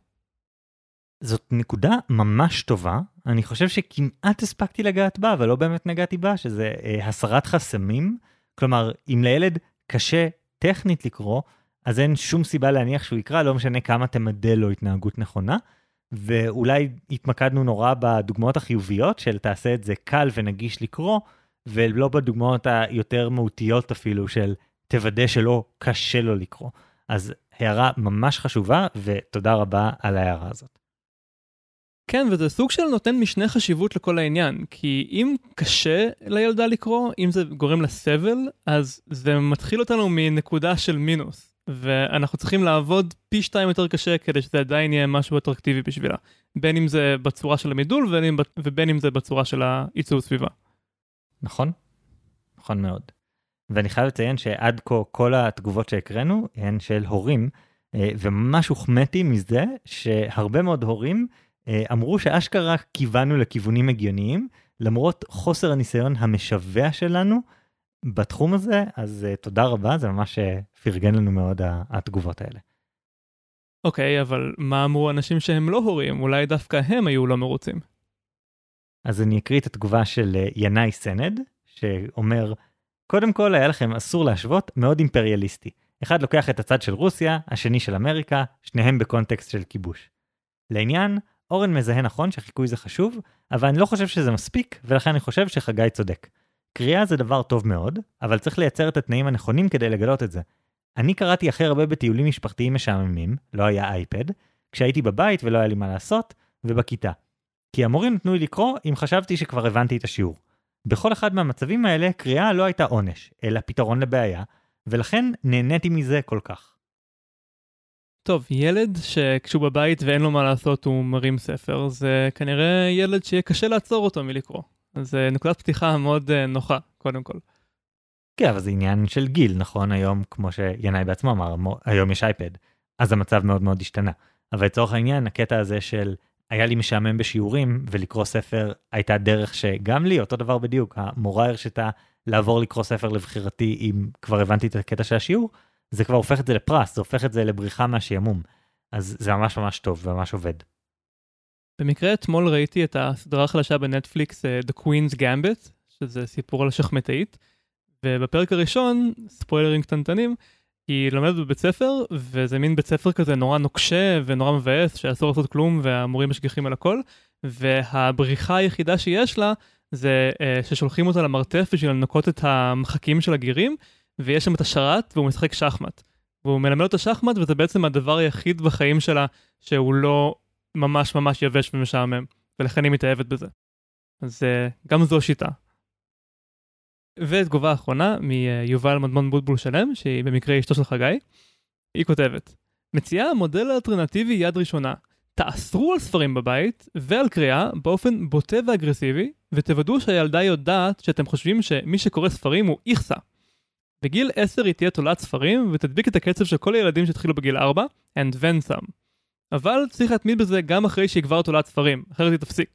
זאת נקודה ממש טובה. אני חושב שכמעט הספקתי לגעת בה, אבל לא באמת נגעתי בה, שזה אה, הסרת חסמים. כלומר, אם לילד קשה טכנית לקרוא, אז אין שום סיבה להניח שהוא יקרא, לא משנה כמה תמדל לו התנהגות נכונה. ואולי התמקדנו נורא בדוגמאות החיוביות של תעשה את זה קל ונגיש לקרוא, ולא בדוגמאות היותר מהותיות אפילו של תוודא שלא קשה לו לקרוא. אז הערה ממש חשובה, ותודה רבה על ההערה הזאת. כן, וזה סוג של נותן משנה חשיבות לכל העניין, כי אם קשה לילדה לקרוא, אם זה גורם לסבל, אז זה מתחיל אותנו מנקודה של מינוס. ואנחנו צריכים לעבוד פי שתיים יותר קשה כדי שזה עדיין יהיה משהו אטרקטיבי בשבילה. בין אם זה בצורה של המידול ובין אם זה בצורה של העיצוב סביבה. נכון, נכון מאוד. ואני חייב לציין שעד כה כל התגובות שהקראנו הן של הורים, וממש הוחמאתי מזה שהרבה מאוד הורים אמרו שאשכרה כיוונו לכיוונים הגיוניים, למרות חוסר הניסיון המשווה שלנו, בתחום הזה, אז uh, תודה רבה, זה ממש פרגן לנו מאוד התגובות האלה. אוקיי, okay, אבל מה אמרו אנשים שהם לא הורים? אולי דווקא הם היו לא מרוצים. אז אני אקריא את התגובה של ינאי סנד, שאומר, קודם כל היה לכם אסור להשוות, מאוד אימפריאליסטי. אחד לוקח את הצד של רוסיה, השני של אמריקה, שניהם בקונטקסט של כיבוש. לעניין, אורן מזהה נכון שחיקוי זה חשוב, אבל אני לא חושב שזה מספיק, ולכן אני חושב שחגי צודק. קריאה זה דבר טוב מאוד, אבל צריך לייצר את התנאים הנכונים כדי לגלות את זה. אני קראתי הכי הרבה בטיולים משפחתיים משעממים, לא היה אייפד, כשהייתי בבית ולא היה לי מה לעשות, ובכיתה. כי המורים נתנו לי לקרוא אם חשבתי שכבר הבנתי את השיעור. בכל אחד מהמצבים האלה, קריאה לא הייתה עונש, אלא פתרון לבעיה, ולכן נהניתי מזה כל כך. טוב, ילד שכשהוא בבית ואין לו מה לעשות הוא מרים ספר, זה כנראה ילד שיהיה קשה לעצור אותו מלקרוא. אז נקודת פתיחה מאוד נוחה, קודם כל. כן, אבל זה עניין של גיל, נכון? היום, כמו שינאי בעצמו אמר, היום יש אייפד, אז המצב מאוד מאוד השתנה. אבל לצורך העניין, הקטע הזה של היה לי משעמם בשיעורים, ולקרוא ספר הייתה דרך שגם לי, אותו דבר בדיוק, המורה הרשתה לעבור לקרוא ספר לבחירתי, אם כבר הבנתי את הקטע של השיעור, זה כבר הופך את זה לפרס, זה הופך את זה לבריחה מהשיעמום. אז זה ממש ממש טוב וממש עובד. במקרה אתמול ראיתי את הסדרה החדשה בנטפליקס, The Queen's Gambit, שזה סיפור על השחמטאית, ובפרק הראשון, ספוילרים קטנטנים, היא לומדת בבית ספר, וזה מין בית ספר כזה נורא נוקשה ונורא מבאס, שאסור לעשות כלום, והמורים משגיחים על הכל, והבריחה היחידה שיש לה, זה uh, ששולחים אותה למרתף בשביל לנקות את המחקים של הגירים, ויש שם את השרת, והוא משחק שחמט. והוא מלמד אותה שחמט, וזה בעצם הדבר היחיד בחיים שלה, שהוא לא ממש ממש יבש ומשעמם, ולכן היא מתאהבת בזה. אז uh, גם זו שיטה. ותגובה האחרונה מיובל מדמון בוטבול שלם, שהיא במקרה אשתו של חגי. היא כותבת, מציעה מודל אלטרנטיבי יד ראשונה. תאסרו על ספרים בבית ועל קריאה באופן בוטה ואגרסיבי, ותוודאו שהילדה יודעת שאתם חושבים שמי שקורא ספרים הוא איכסה. בגיל עשר היא תהיה תולעת ספרים, ותדביק את הקצב של כל הילדים שהתחילו בגיל ארבע, and then some. אבל צריך להתמיד בזה גם אחרי שהיא כבר תולעת ספרים, אחרת היא תפסיק.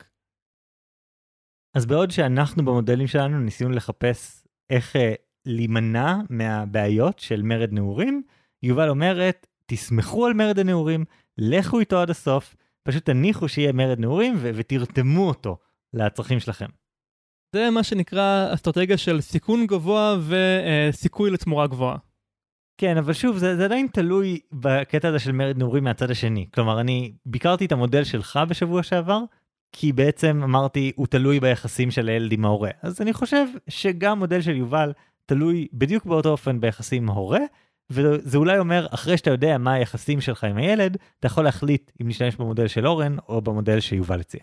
אז בעוד שאנחנו במודלים שלנו ניסינו לחפש איך אה, להימנע מהבעיות של מרד נעורים, יובל אומרת, תסמכו על מרד הנעורים, לכו איתו עד הסוף, פשוט תניחו שיהיה מרד נעורים ו- ותרתמו אותו לצרכים שלכם. זה מה שנקרא אסטרטגיה של סיכון גבוה וסיכוי לתמורה גבוהה. כן, אבל שוב, זה, זה עדיין תלוי בקטע הזה של מרד נעורים מהצד השני. כלומר, אני ביקרתי את המודל שלך בשבוע שעבר, כי בעצם אמרתי, הוא תלוי ביחסים של הילד עם ההורה. אז אני חושב שגם מודל של יובל תלוי בדיוק באותו אופן ביחסים עם ההורה, וזה אולי אומר, אחרי שאתה יודע מה היחסים שלך עם הילד, אתה יכול להחליט אם נשתמש במודל של אורן, או במודל שיובל הציע.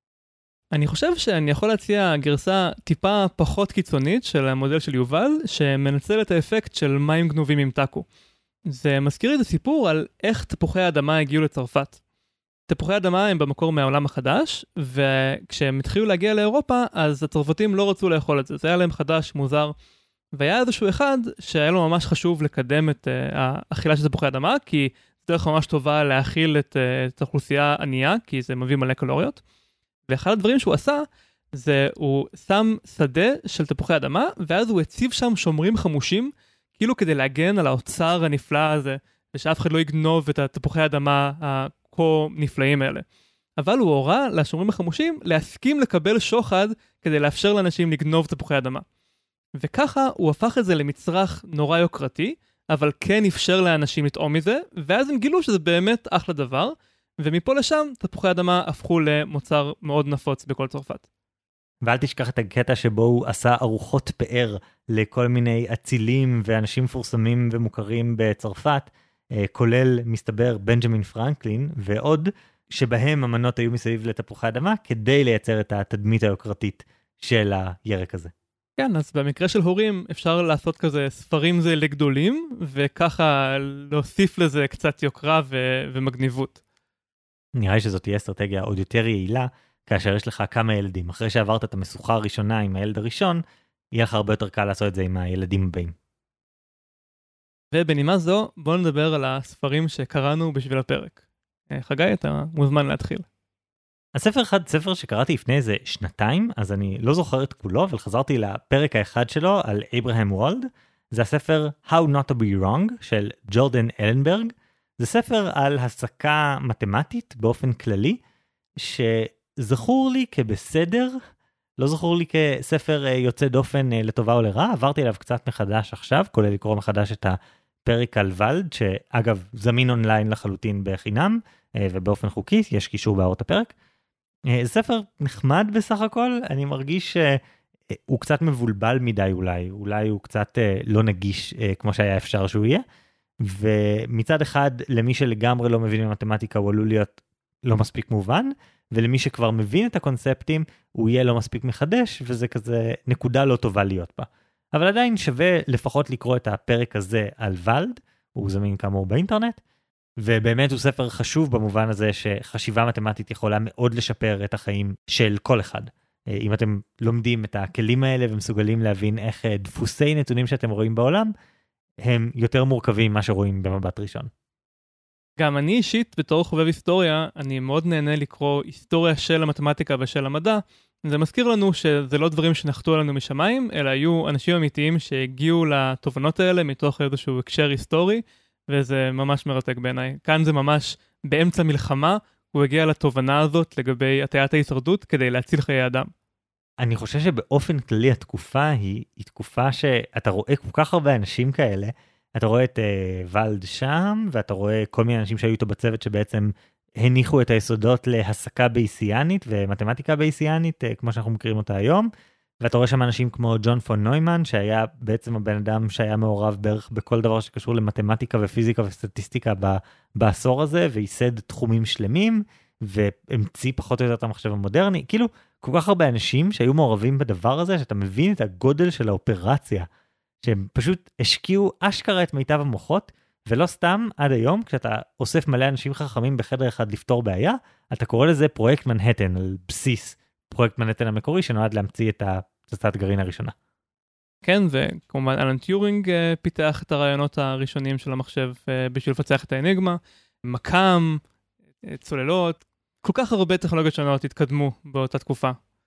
אני חושב שאני יכול להציע גרסה טיפה פחות קיצונית של המודל של יובל, שמנצל את האפקט של מים גנובים עם טאקו. זה מזכיר לי את הסיפור על איך תפוחי האדמה הגיעו לצרפת. תפוחי האדמה הם במקור מהעולם החדש, וכשהם התחילו להגיע לאירופה, אז הצרפתים לא רצו לאכול את זה. זה היה להם חדש, מוזר. והיה איזשהו אחד שהיה לו ממש חשוב לקדם את uh, האכילה של תפוחי אדמה, כי זה דרך ממש טובה להאכיל את, uh, את האוכלוסייה ענייה, כי זה מביא מלא קלוריות. ואחד הדברים שהוא עשה, זה הוא שם שדה של תפוחי אדמה, ואז הוא הציב שם שומרים חמושים, כאילו כדי להגן על האוצר הנפלא הזה, ושאף אחד לא יגנוב את התפוחי האדמה הכה נפלאים האלה. אבל הוא הורה לשומרים החמושים להסכים לקבל שוחד, כדי לאפשר לאנשים לגנוב תפוחי אדמה. וככה הוא הפך את זה למצרך נורא יוקרתי, אבל כן אפשר לאנשים לטעום מזה, ואז הם גילו שזה באמת אחלה דבר, ומפה לשם תפוחי אדמה הפכו למוצר מאוד נפוץ בכל צרפת. ואל תשכח את הקטע שבו הוא עשה ארוחות פאר לכל מיני אצילים ואנשים מפורסמים ומוכרים בצרפת, כולל מסתבר בנג'מין פרנקלין ועוד, שבהם המנות היו מסביב לתפוחי אדמה, כדי לייצר את התדמית היוקרתית של הירק הזה. כן, אז במקרה של הורים אפשר לעשות כזה ספרים זה לגדולים, וככה להוסיף לזה קצת יוקרה ו- ומגניבות. נראה לי שזאת תהיה אסטרטגיה עוד יותר יעילה, כאשר יש לך כמה ילדים. אחרי שעברת את המשוכה הראשונה עם הילד הראשון, יהיה לך הרבה יותר קל לעשות את זה עם הילדים הבאים. ובנימה זו, בואו נדבר על הספרים שקראנו בשביל הפרק. חגי, אתה מוזמן להתחיל. הספר אחד, ספר שקראתי לפני איזה שנתיים, אז אני לא זוכר את כולו, אבל חזרתי לפרק האחד שלו על אברהם וולד. זה הספר How Not to Be Wrong של ג'ורדן אלנברג. זה ספר על הסקה מתמטית באופן כללי, שזכור לי כבסדר, לא זכור לי כספר יוצא דופן לטובה או לרע, עברתי אליו קצת מחדש עכשיו, כולל לקרוא מחדש את הפרק על ולד, שאגב זמין אונליין לחלוטין בחינם, ובאופן חוקי, יש קישור בהערות הפרק. זה ספר נחמד בסך הכל, אני מרגיש שהוא קצת מבולבל מדי אולי, אולי הוא קצת לא נגיש כמו שהיה אפשר שהוא יהיה, ומצד אחד למי שלגמרי לא מבין במתמטיקה הוא עלול להיות לא מספיק מובן, ולמי שכבר מבין את הקונספטים הוא יהיה לא מספיק מחדש, וזה כזה נקודה לא טובה להיות בה. אבל עדיין שווה לפחות לקרוא את הפרק הזה על ולד, הוא זמין כאמור באינטרנט, ובאמת הוא ספר חשוב במובן הזה שחשיבה מתמטית יכולה מאוד לשפר את החיים של כל אחד. אם אתם לומדים את הכלים האלה ומסוגלים להבין איך דפוסי נתונים שאתם רואים בעולם, הם יותר מורכבים ממה שרואים במבט ראשון. גם אני אישית, בתור חובב היסטוריה, אני מאוד נהנה לקרוא היסטוריה של המתמטיקה ושל המדע. זה מזכיר לנו שזה לא דברים שנחתו עלינו משמיים, אלא היו אנשים אמיתיים שהגיעו לתובנות האלה מתוך איזשהו הקשר היסטורי, וזה ממש מרתק בעיניי. כאן זה ממש באמצע מלחמה, הוא הגיע לתובנה הזאת לגבי הטיית ההישרדות כדי להציל חיי אדם. אני חושב שבאופן כללי התקופה היא, היא תקופה שאתה רואה כל כך הרבה אנשים כאלה, אתה רואה את uh, ולד שם, ואתה רואה כל מיני אנשים שהיו איתו בצוות שבעצם הניחו את היסודות להסקה בייסיאנית ומתמטיקה בייסיאנית, uh, כמו שאנחנו מכירים אותה היום, ואתה רואה שם אנשים כמו ג'ון פון נוימן, שהיה בעצם הבן אדם שהיה מעורב בערך בכל דבר שקשור למתמטיקה ופיזיקה וסטטיסטיקה ב- בעשור הזה, וייסד תחומים שלמים, והמציא פחות או יותר את המחשב המודרני. כאילו, כל כך הרבה אנשים שהיו מעורבים בדבר הזה, שאתה מבין את הגודל של האופרציה, שהם פשוט השקיעו אשכרה את מיטב המוחות, ולא סתם עד היום, כשאתה אוסף מלא אנשים חכמים בחדר אחד לפתור בעיה, אתה קורא לזה פרויקט מנהטן, על בסיס פרויקט מנהטן המקורי, שנועד להמציא את הפצצת גרעין הראשונה. כן, וכמובן אלן טיורינג פיתח את הרעיונות הראשונים של המחשב בשביל לפצח את האניגמה, מקם, צוללות, כל כך הרבה טכנולוגיות שונות התקדמו באותה תקופה.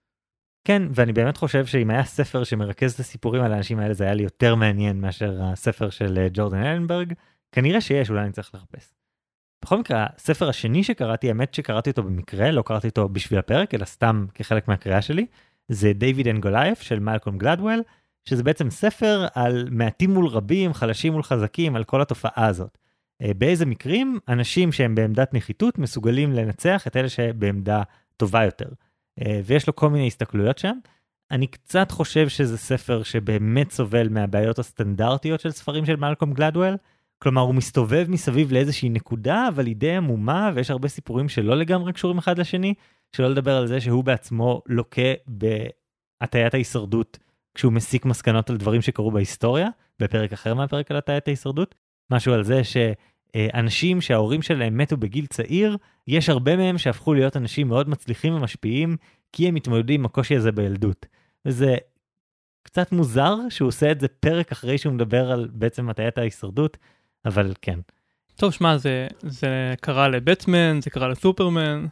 כן, ואני באמת חושב שאם היה ספר שמרכז את הסיפורים על האנשים האלה, זה היה לי יותר מעניין מאשר הספר של ג'ורדן אלנברג. כנראה שיש, אולי אני צריך לחפש. בכל מקרה, הספר השני שקראתי, האמת שקראתי אותו במקרה, לא קראתי אותו בשביל הפרק, אלא סתם כחלק מהקריאה שלי, זה דיוויד אנד גולייף של מלקום גלדוול, שזה בעצם ספר על מעטים מול רבים, חלשים מול חזקים, על כל התופעה הזאת. באיזה מקרים אנשים שהם בעמדת נחיתות מסוגלים לנצח את אלה שבעמדה טובה יותר. ויש לו כל מיני הסתכלויות שם. אני קצת חושב שזה ספר שבאמת סובל מהבעיות הסטנדרטיות של ספרים של מלקום גלדוול. כלומר, הוא מסתובב מסביב לאיזושהי נקודה, אבל היא די עמומה, ויש הרבה סיפורים שלא לגמרי קשורים אחד לשני, שלא לדבר על זה שהוא בעצמו לוקה בהטיית ההישרדות, כשהוא מסיק מסקנות על דברים שקרו בהיסטוריה, בפרק אחר מהפרק על הטיית ההישרדות. משהו על זה שאנשים שההורים שלהם מתו בגיל צעיר, יש הרבה מהם שהפכו להיות אנשים מאוד מצליחים ומשפיעים, כי הם מתמודדים עם הקושי הזה בילדות. וזה קצת מוזר שהוא עושה את זה פרק אחרי שהוא מדבר על בעצם הטיית ההישרדות, אבל כן. טוב, שמה, זה, זה קרה לבטמן, זה קרה לסופרמן.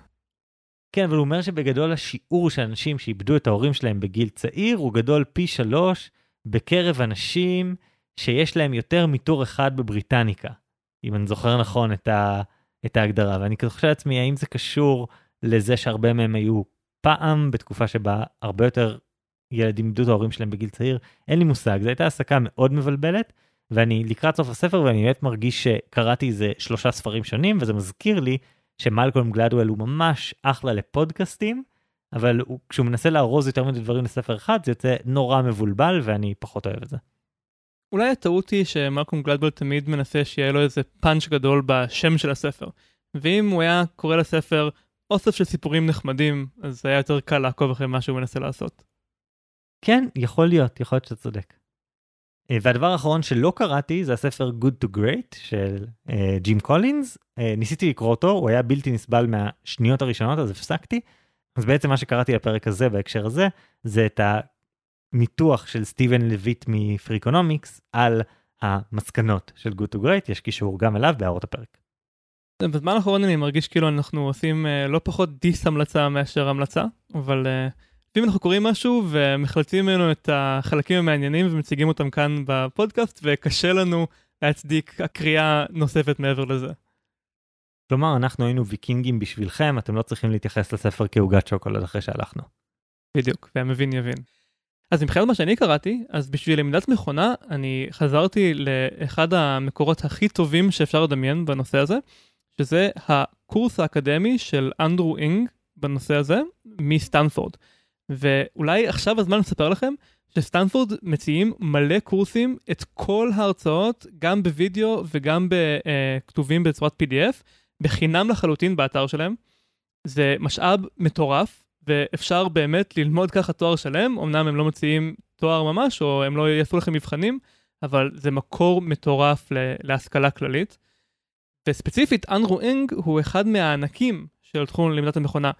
כן, אבל הוא אומר שבגדול השיעור של אנשים שאיבדו את ההורים שלהם בגיל צעיר, הוא גדול פי שלוש בקרב אנשים שיש להם יותר מתור אחד בבריטניקה, אם אני זוכר נכון את, ה, את ההגדרה. ואני חושב לעצמי, האם זה קשור לזה שהרבה מהם היו פעם, בתקופה שבה הרבה יותר ילדים איבדו את ההורים שלהם בגיל צעיר? אין לי מושג, זו הייתה עסקה מאוד מבלבלת, ואני לקראת סוף הספר, ואני באמת מרגיש שקראתי איזה שלושה ספרים שונים, וזה מזכיר לי שמלקום גלדוול הוא ממש אחלה לפודקאסטים, אבל הוא, כשהוא מנסה לארוז יותר מדי דברים לספר אחד, זה יוצא נורא מבולבל, ואני פחות אוהב את זה. אולי הטעות היא שמלקום גלדוול תמיד מנסה שיהיה לו איזה פאנץ' גדול בשם של הספר. ואם הוא היה קורא לספר אוסף של סיפורים נחמדים, אז זה היה יותר קל לעקוב אחרי מה שהוא מנסה לעשות. כן, יכול להיות, יכול להיות שאתה צודק. והדבר האחרון שלא קראתי זה הספר Good to Great של ג'ים קולינס. ניסיתי לקרוא אותו, הוא היה בלתי נסבל מהשניות הראשונות, אז הפסקתי. אז בעצם מה שקראתי לפרק הזה בהקשר הזה, זה את הניתוח של סטיבן לויט מפריקונומיקס על המסקנות של Good to Great, יש קישור גם אליו בהערות הפרק. בזמן האחרון אני מרגיש כאילו אנחנו עושים לא פחות דיס המלצה מאשר המלצה, אבל אם אנחנו קוראים משהו ומחלצים ממנו את החלקים המעניינים ומציגים אותם כאן בפודקאסט, וקשה לנו להצדיק הקריאה נוספת מעבר לזה. כלומר, אנחנו היינו ויקינגים בשבילכם, אתם לא צריכים להתייחס לספר כעוגת שוקולד אחרי שהלכנו. בדיוק, והמבין יבין. אז מבחינת מה שאני קראתי, אז בשביל למידת מכונה, אני חזרתי לאחד המקורות הכי טובים שאפשר לדמיין בנושא הזה, שזה הקורס האקדמי של אנדרו אינג בנושא הזה, מסטנפורד. ואולי עכשיו הזמן לספר לכם שסטנפורד מציעים מלא קורסים, את כל ההרצאות, גם בווידאו וגם בכתובים בצורת פי די אף, בחינם לחלוטין באתר שלהם. זה משאב מטורף, ואפשר באמת ללמוד ככה תואר שלם, אמנם הם לא מציעים תואר ממש, או הם לא יעשו לכם מבחנים, אבל זה מקור מטורף להשכלה כללית. וספציפית, אנדרו אינג הוא אחד מהענקים של תחום למידת המכונה.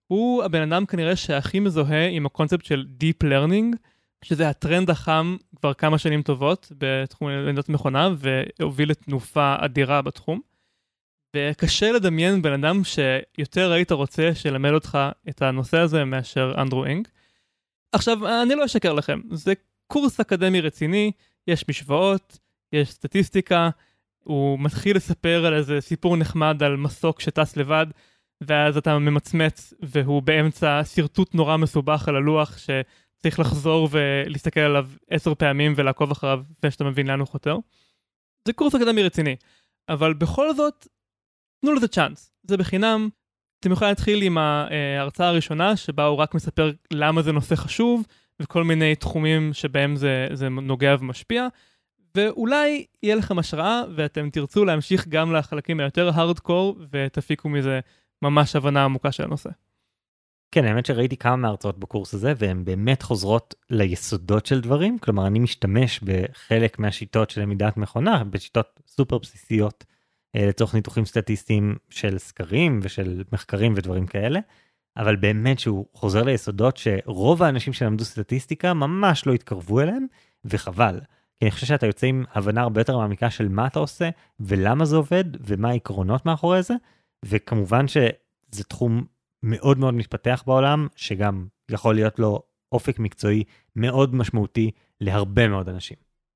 הוא הבן אדם כנראה שהכי מזוהה עם הקונספט של Deep Learning, שזה הטרנד החם כבר כמה שנים טובות בתחום למידת מכונה, והוביל לתנופה אדירה בתחום. וקשה לדמיין בן אדם שיותר היית רוצה שלמד אותך את הנושא הזה מאשר אנדרו אינג. עכשיו, אני לא אשקר לכם, זה קורס אקדמי רציני, יש משוואות, יש סטטיסטיקה, הוא מתחיל לספר על איזה סיפור נחמד על מסוק שטס לבד, ואז אתה ממצמץ, והוא באמצע סרטוט נורא מסובך על הלוח, שצריך לחזור ולהסתכל עליו עשר פעמים ולעקוב אחריו, ושאתה מבין לאן הוא חותר. זה קורס אקדמי רציני, אבל בכל זאת, תנו לזה צ'אנס, זה בחינם. אתם יכולים להתחיל עם ההרצאה הראשונה, שבה הוא רק מספר למה זה נושא חשוב, וכל מיני תחומים שבהם זה, זה נוגע ומשפיע, ואולי יהיה לכם השראה, ואתם תרצו להמשיך גם לחלקים היותר הארדקור, ותפיקו מזה ממש הבנה עמוקה של הנושא. כן, האמת שראיתי כמה מההרצאות בקורס הזה, והן באמת חוזרות ליסודות של דברים, כלומר אני משתמש בחלק מהשיטות של למידת מכונה, בשיטות סופר בסיסיות, לצורך ניתוחים סטטיסטיים של סקרים ושל מחקרים ודברים כאלה, אבל באמת שהוא חוזר ליסודות שרוב האנשים שלמדו סטטיסטיקה ממש לא התקרבו אליהם, וחבל. כי אני חושב שאתה יוצא עם הבנה הרבה יותר מעמיקה של מה אתה עושה, ולמה זה עובד, ומה העקרונות מאחורי זה, וכמובן שזה תחום מאוד מאוד מתפתח בעולם, שגם יכול להיות לו אופק מקצועי מאוד משמעותי להרבה מאוד אנשים.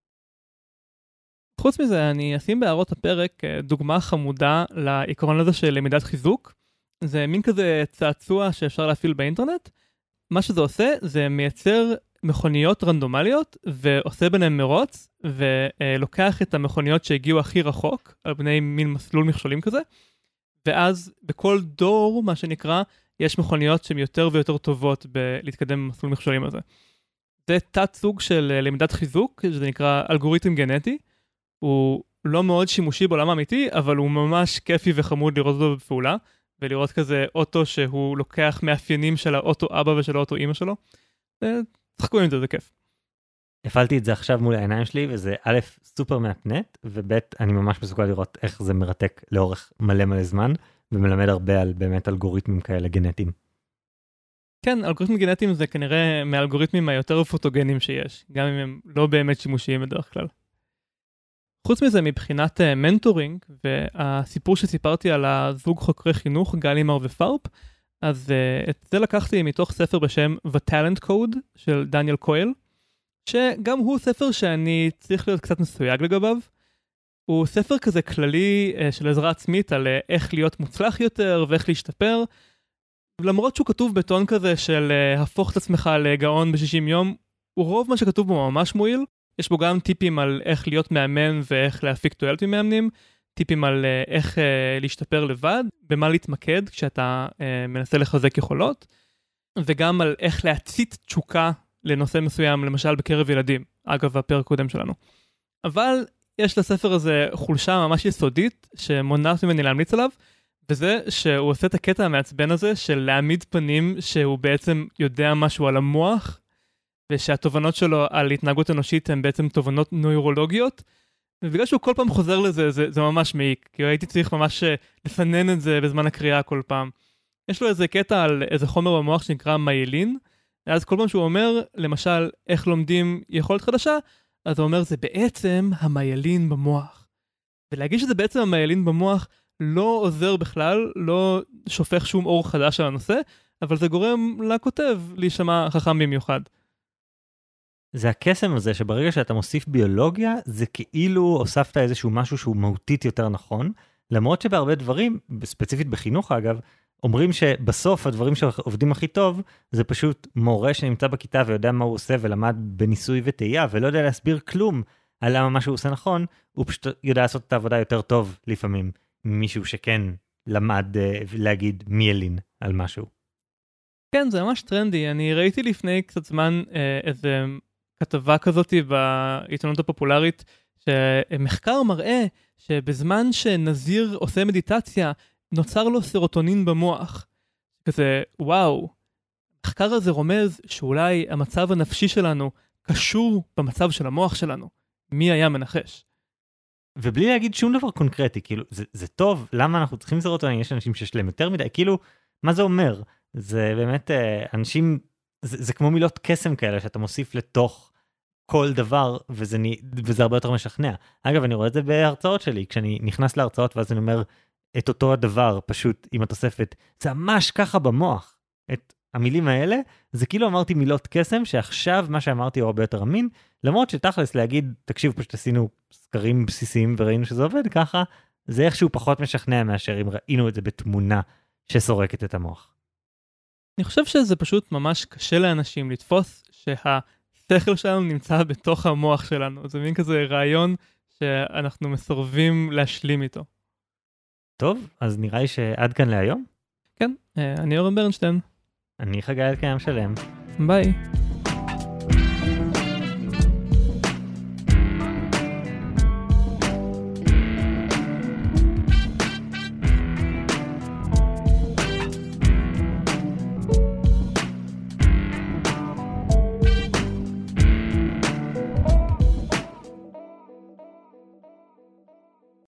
חוץ מזה, אני אשים בהערות הפרק דוגמה חמודה לעיקרון הזה של למידת חיזוק. זה מין כזה צעצוע שאפשר להפעיל באינטרנט. מה שזה עושה, זה מייצר מכוניות רנדומליות, ועושה ביניהם מרוץ, ולוקח את המכוניות שהגיעו הכי רחוק, על בני מין מסלול מכשולים כזה, ואז בכל דור, מה שנקרא, יש מכוניות שהן יותר ויותר טובות בלהתקדם במסלול מכשולים הזה. זה תת סוג של למידת חיזוק, שזה נקרא אלגוריתם גנטי. הוא לא מאוד שימושי בעולם האמיתי, אבל הוא ממש כיפי וחמוד לראות אותו בפעולה, ולראות כזה אוטו שהוא לוקח מאפיינים של האוטו אבא ושל האוטו אמא שלו. תחכו עם זה, זה כיף. הפעלתי את זה עכשיו מול העיניים שלי, וזה א', סופר מהפנט, וב', אני ממש מסוגל לראות איך זה מרתק לאורך מלא מלא זמן, ומלמד הרבה על באמת אלגוריתמים כאלה גנטיים. כן, אלגוריתמים גנטיים זה כנראה מהאלגוריתמים היותר פוטוגנים שיש, גם אם הם לא באמת שימושיים בדרך כלל. חוץ מזה, מבחינת מנטורינג, והסיפור שסיפרתי על הזוג חוקרי חינוך, גלימר ופרפ, אז uh, את זה לקחתי מתוך ספר בשם The Talent Code של דניאל קויל, שגם הוא ספר שאני צריך להיות קצת מסויג לגביו. הוא ספר כזה כללי uh, של עזרה עצמית על uh, איך להיות מוצלח יותר ואיך להשתפר, למרות שהוא כתוב בטון כזה של uh, הפוך את עצמך לגאון ב-שישים יום, הוא רוב מה שכתוב בו ממש מועיל. יש בו גם טיפים על איך להיות מאמן ואיך להפיק תועלת ממאמנים, טיפים על uh, איך uh, להשתפר לבד, במה להתמקד כשאתה uh, מנסה לחזק יכולות, וגם על איך להצית תשוקה לנושא מסוים, למשל בקרב ילדים, אגב הפרק קודם שלנו. אבל יש לספר הזה חולשה ממש יסודית, שמונעת ממני להמליץ עליו, וזה שהוא עושה את הקטע המעצבן הזה, של להעמיד פנים שהוא בעצם יודע משהו על המוח, ושהתובנות שלו על התנהגות אנושית הן בעצם תובנות נוירולוגיות, ובגלל שהוא כל פעם חוזר לזה, זה, זה ממש מעיק, כי הייתי צריך ממש לפנן את זה בזמן הקריאה כל פעם. יש לו איזה קטע על איזה חומר במוח שנקרא מיילין, ואז כל פעם שהוא אומר, למשל, איך לומדים יכולת חדשה, אז הוא אומר, זה בעצם המיילין במוח. ולהגיד שזה בעצם המיילין במוח לא עוזר בכלל, לא שופך שום אור חדש על הנושא, אבל זה גורם לכותב להישמע חכם במיוחד. זה הקסם הזה שברגע שאתה מוסיף ביולוגיה, זה כאילו הוספת איזשהו משהו שהוא מהותית יותר נכון, למרות שבהרבה דברים, ספציפית בחינוך אגב, אומרים שבסוף הדברים שעובדים הכי טוב, זה פשוט מורה שנמצא בכיתה ויודע מה הוא עושה ולמד בניסוי וטעייה, ולא יודע להסביר כלום על למה מה שהוא עושה נכון, הוא פשוט יודע לעשות את העבודה יותר טוב לפעמים, מישהו שכן למד להגיד מיילין על משהו. כן, זה ממש טרנדי. אני ראיתי לפני קצת זמן איזה כתבה כזאת בעיתונות הפופולרית, שמחקר מראה שבזמן שנזיר עושה מדיטציה, נוצר לו סרוטונין במוח. כזה, וואו, המחקר הזה רומז שאולי המצב הנפשי שלנו קשור במצב של המוח שלנו. מי היה מנחש? ובלי להגיד שום דבר קונקרטי, כאילו, זה, זה טוב, למה אנחנו צריכים סרוטונין? יש אנשים שיש להם יותר מדי, כאילו, מה זה אומר? זה באמת, אנשים, זה, זה כמו מילות קסם כאלה שאתה מוסיף לתוך כל דבר, וזה, וזה הרבה יותר משכנע. אגב, אני רואה את זה בהרצאות שלי, כשאני נכנס להרצאות ואז אני אומר את אותו הדבר, פשוט עם התוספת, זה ממש ככה במוח. את המילים האלה, זה כאילו אמרתי מילות קסם, שעכשיו מה שאמרתי הוא הרבה יותר אמין, למרות שתכלס להגיד, תקשיב, פשוט עשינו סקרים בסיסיים וראינו שזה עובד ככה, זה איכשהו פחות משכנע מאשר אם ראינו את זה בתמונה שסורקת את המוח. אני חושב שזה פשוט ממש קשה לאנשים לתפוס שהשכל שלנו נמצא בתוך המוח שלנו. זה מין כזה רעיון שאנחנו מסרבים להשלים איתו. טוב, אז נראה לי שעד כאן להיום. כן, אני אורן ברנשטיין. אני חגי אלקיים שלם. ביי.